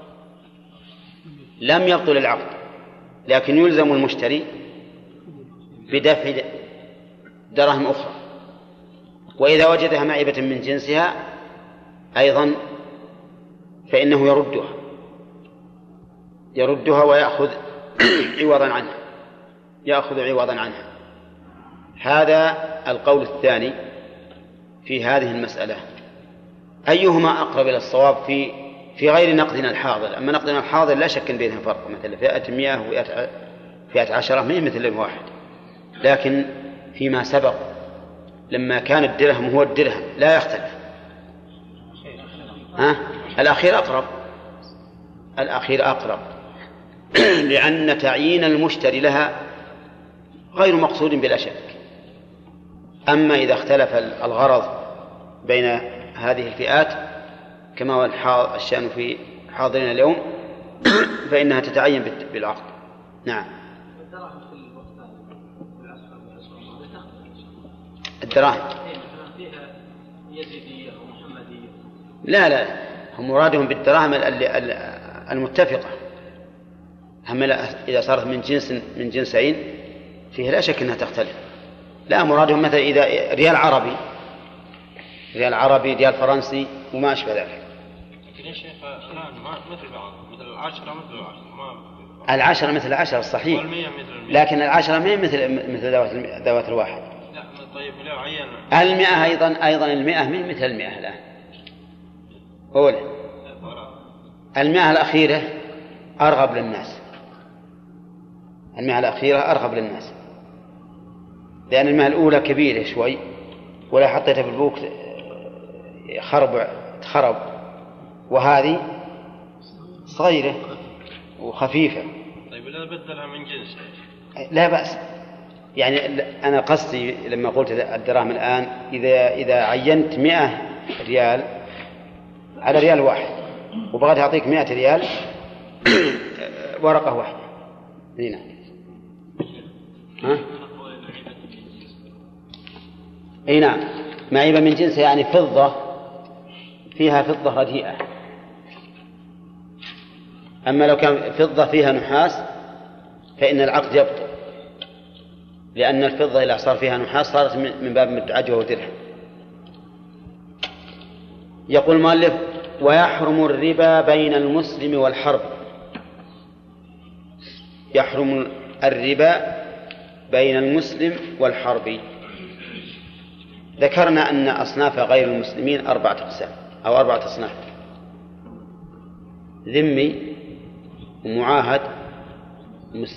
لم يبطل العقد، لكن يلزم المشتري بدفع دراهم أخرى. وإذا وجدها معيبة من جنسها أيضا فإنه يردها ويأخذ عوضا عنها. هذا القول الثاني في هذه المسألة. أيهما أقرب إلى الصواب في غير نقدنا الحاضر؟ أما نقدنا الحاضر لا شك بينهم فرق، مثل فئة 100 وفئة 10 ما هي مثل الواحد، لكن فيما سبق لما كان الدرهم هو الدرهم لا يختلف. الأخير أقرب لأن تعيين المشتري لها غير مقصود بلا شك. أما إذا اختلف الغرض بين هذه الفئات كما هو الشأن في حاضرين اليوم فإنها تتعين بالعقد. نعم. الدراهم لا هم مرادهم بالدراهم المتفقة. إذا صارت من جنسين فيه لا شك أنها تختلف. لا، مرادهم مثلا إذا ريال عربي ريال فرنسي وما أشبه ذلك.
لكن يا شيخ الآن ما مثل بعض، مثل 10 مثل
10 مثل 10 الصحيح، لكن 10 ما هي مثل ذوات الواحد.
لا طيب لو عين
100 أيضا 100 من مثل 100 الآن. أولا 100 الأخيرة أرغب للناس، 100 الأخيرة أرغب للناس، لأن 100 الأولى كبيرة شوي، ولا حطيتها في البوك تخرب، وهذه صغيرة وخفيفة.
طيب إذا بدلها من جنس
لا بأس. يعني أنا قصدي لما قلت الدراهم الآن إذا عينت 100 ريال على ريال واحد وبغيت أعطيك 100 ريال ورقة واحدة هنا. أي نعم، معيبة من جنسها يعني فضة فيها فضة رديئة. أما لو كان فضة فيها نحاس فإن العقد يبطل، لأن الفضة إذا صار فيها نحاس صارت من باب مدعج وهو درهم. يقول المؤلف: ويحرم الربا بين المسلم والحرب. يحرم الربا بين المسلم والحرب. ذكرنا أن أصناف غير المسلمين 4 أقسام أو 4 أصناف: ذمي ومعاهد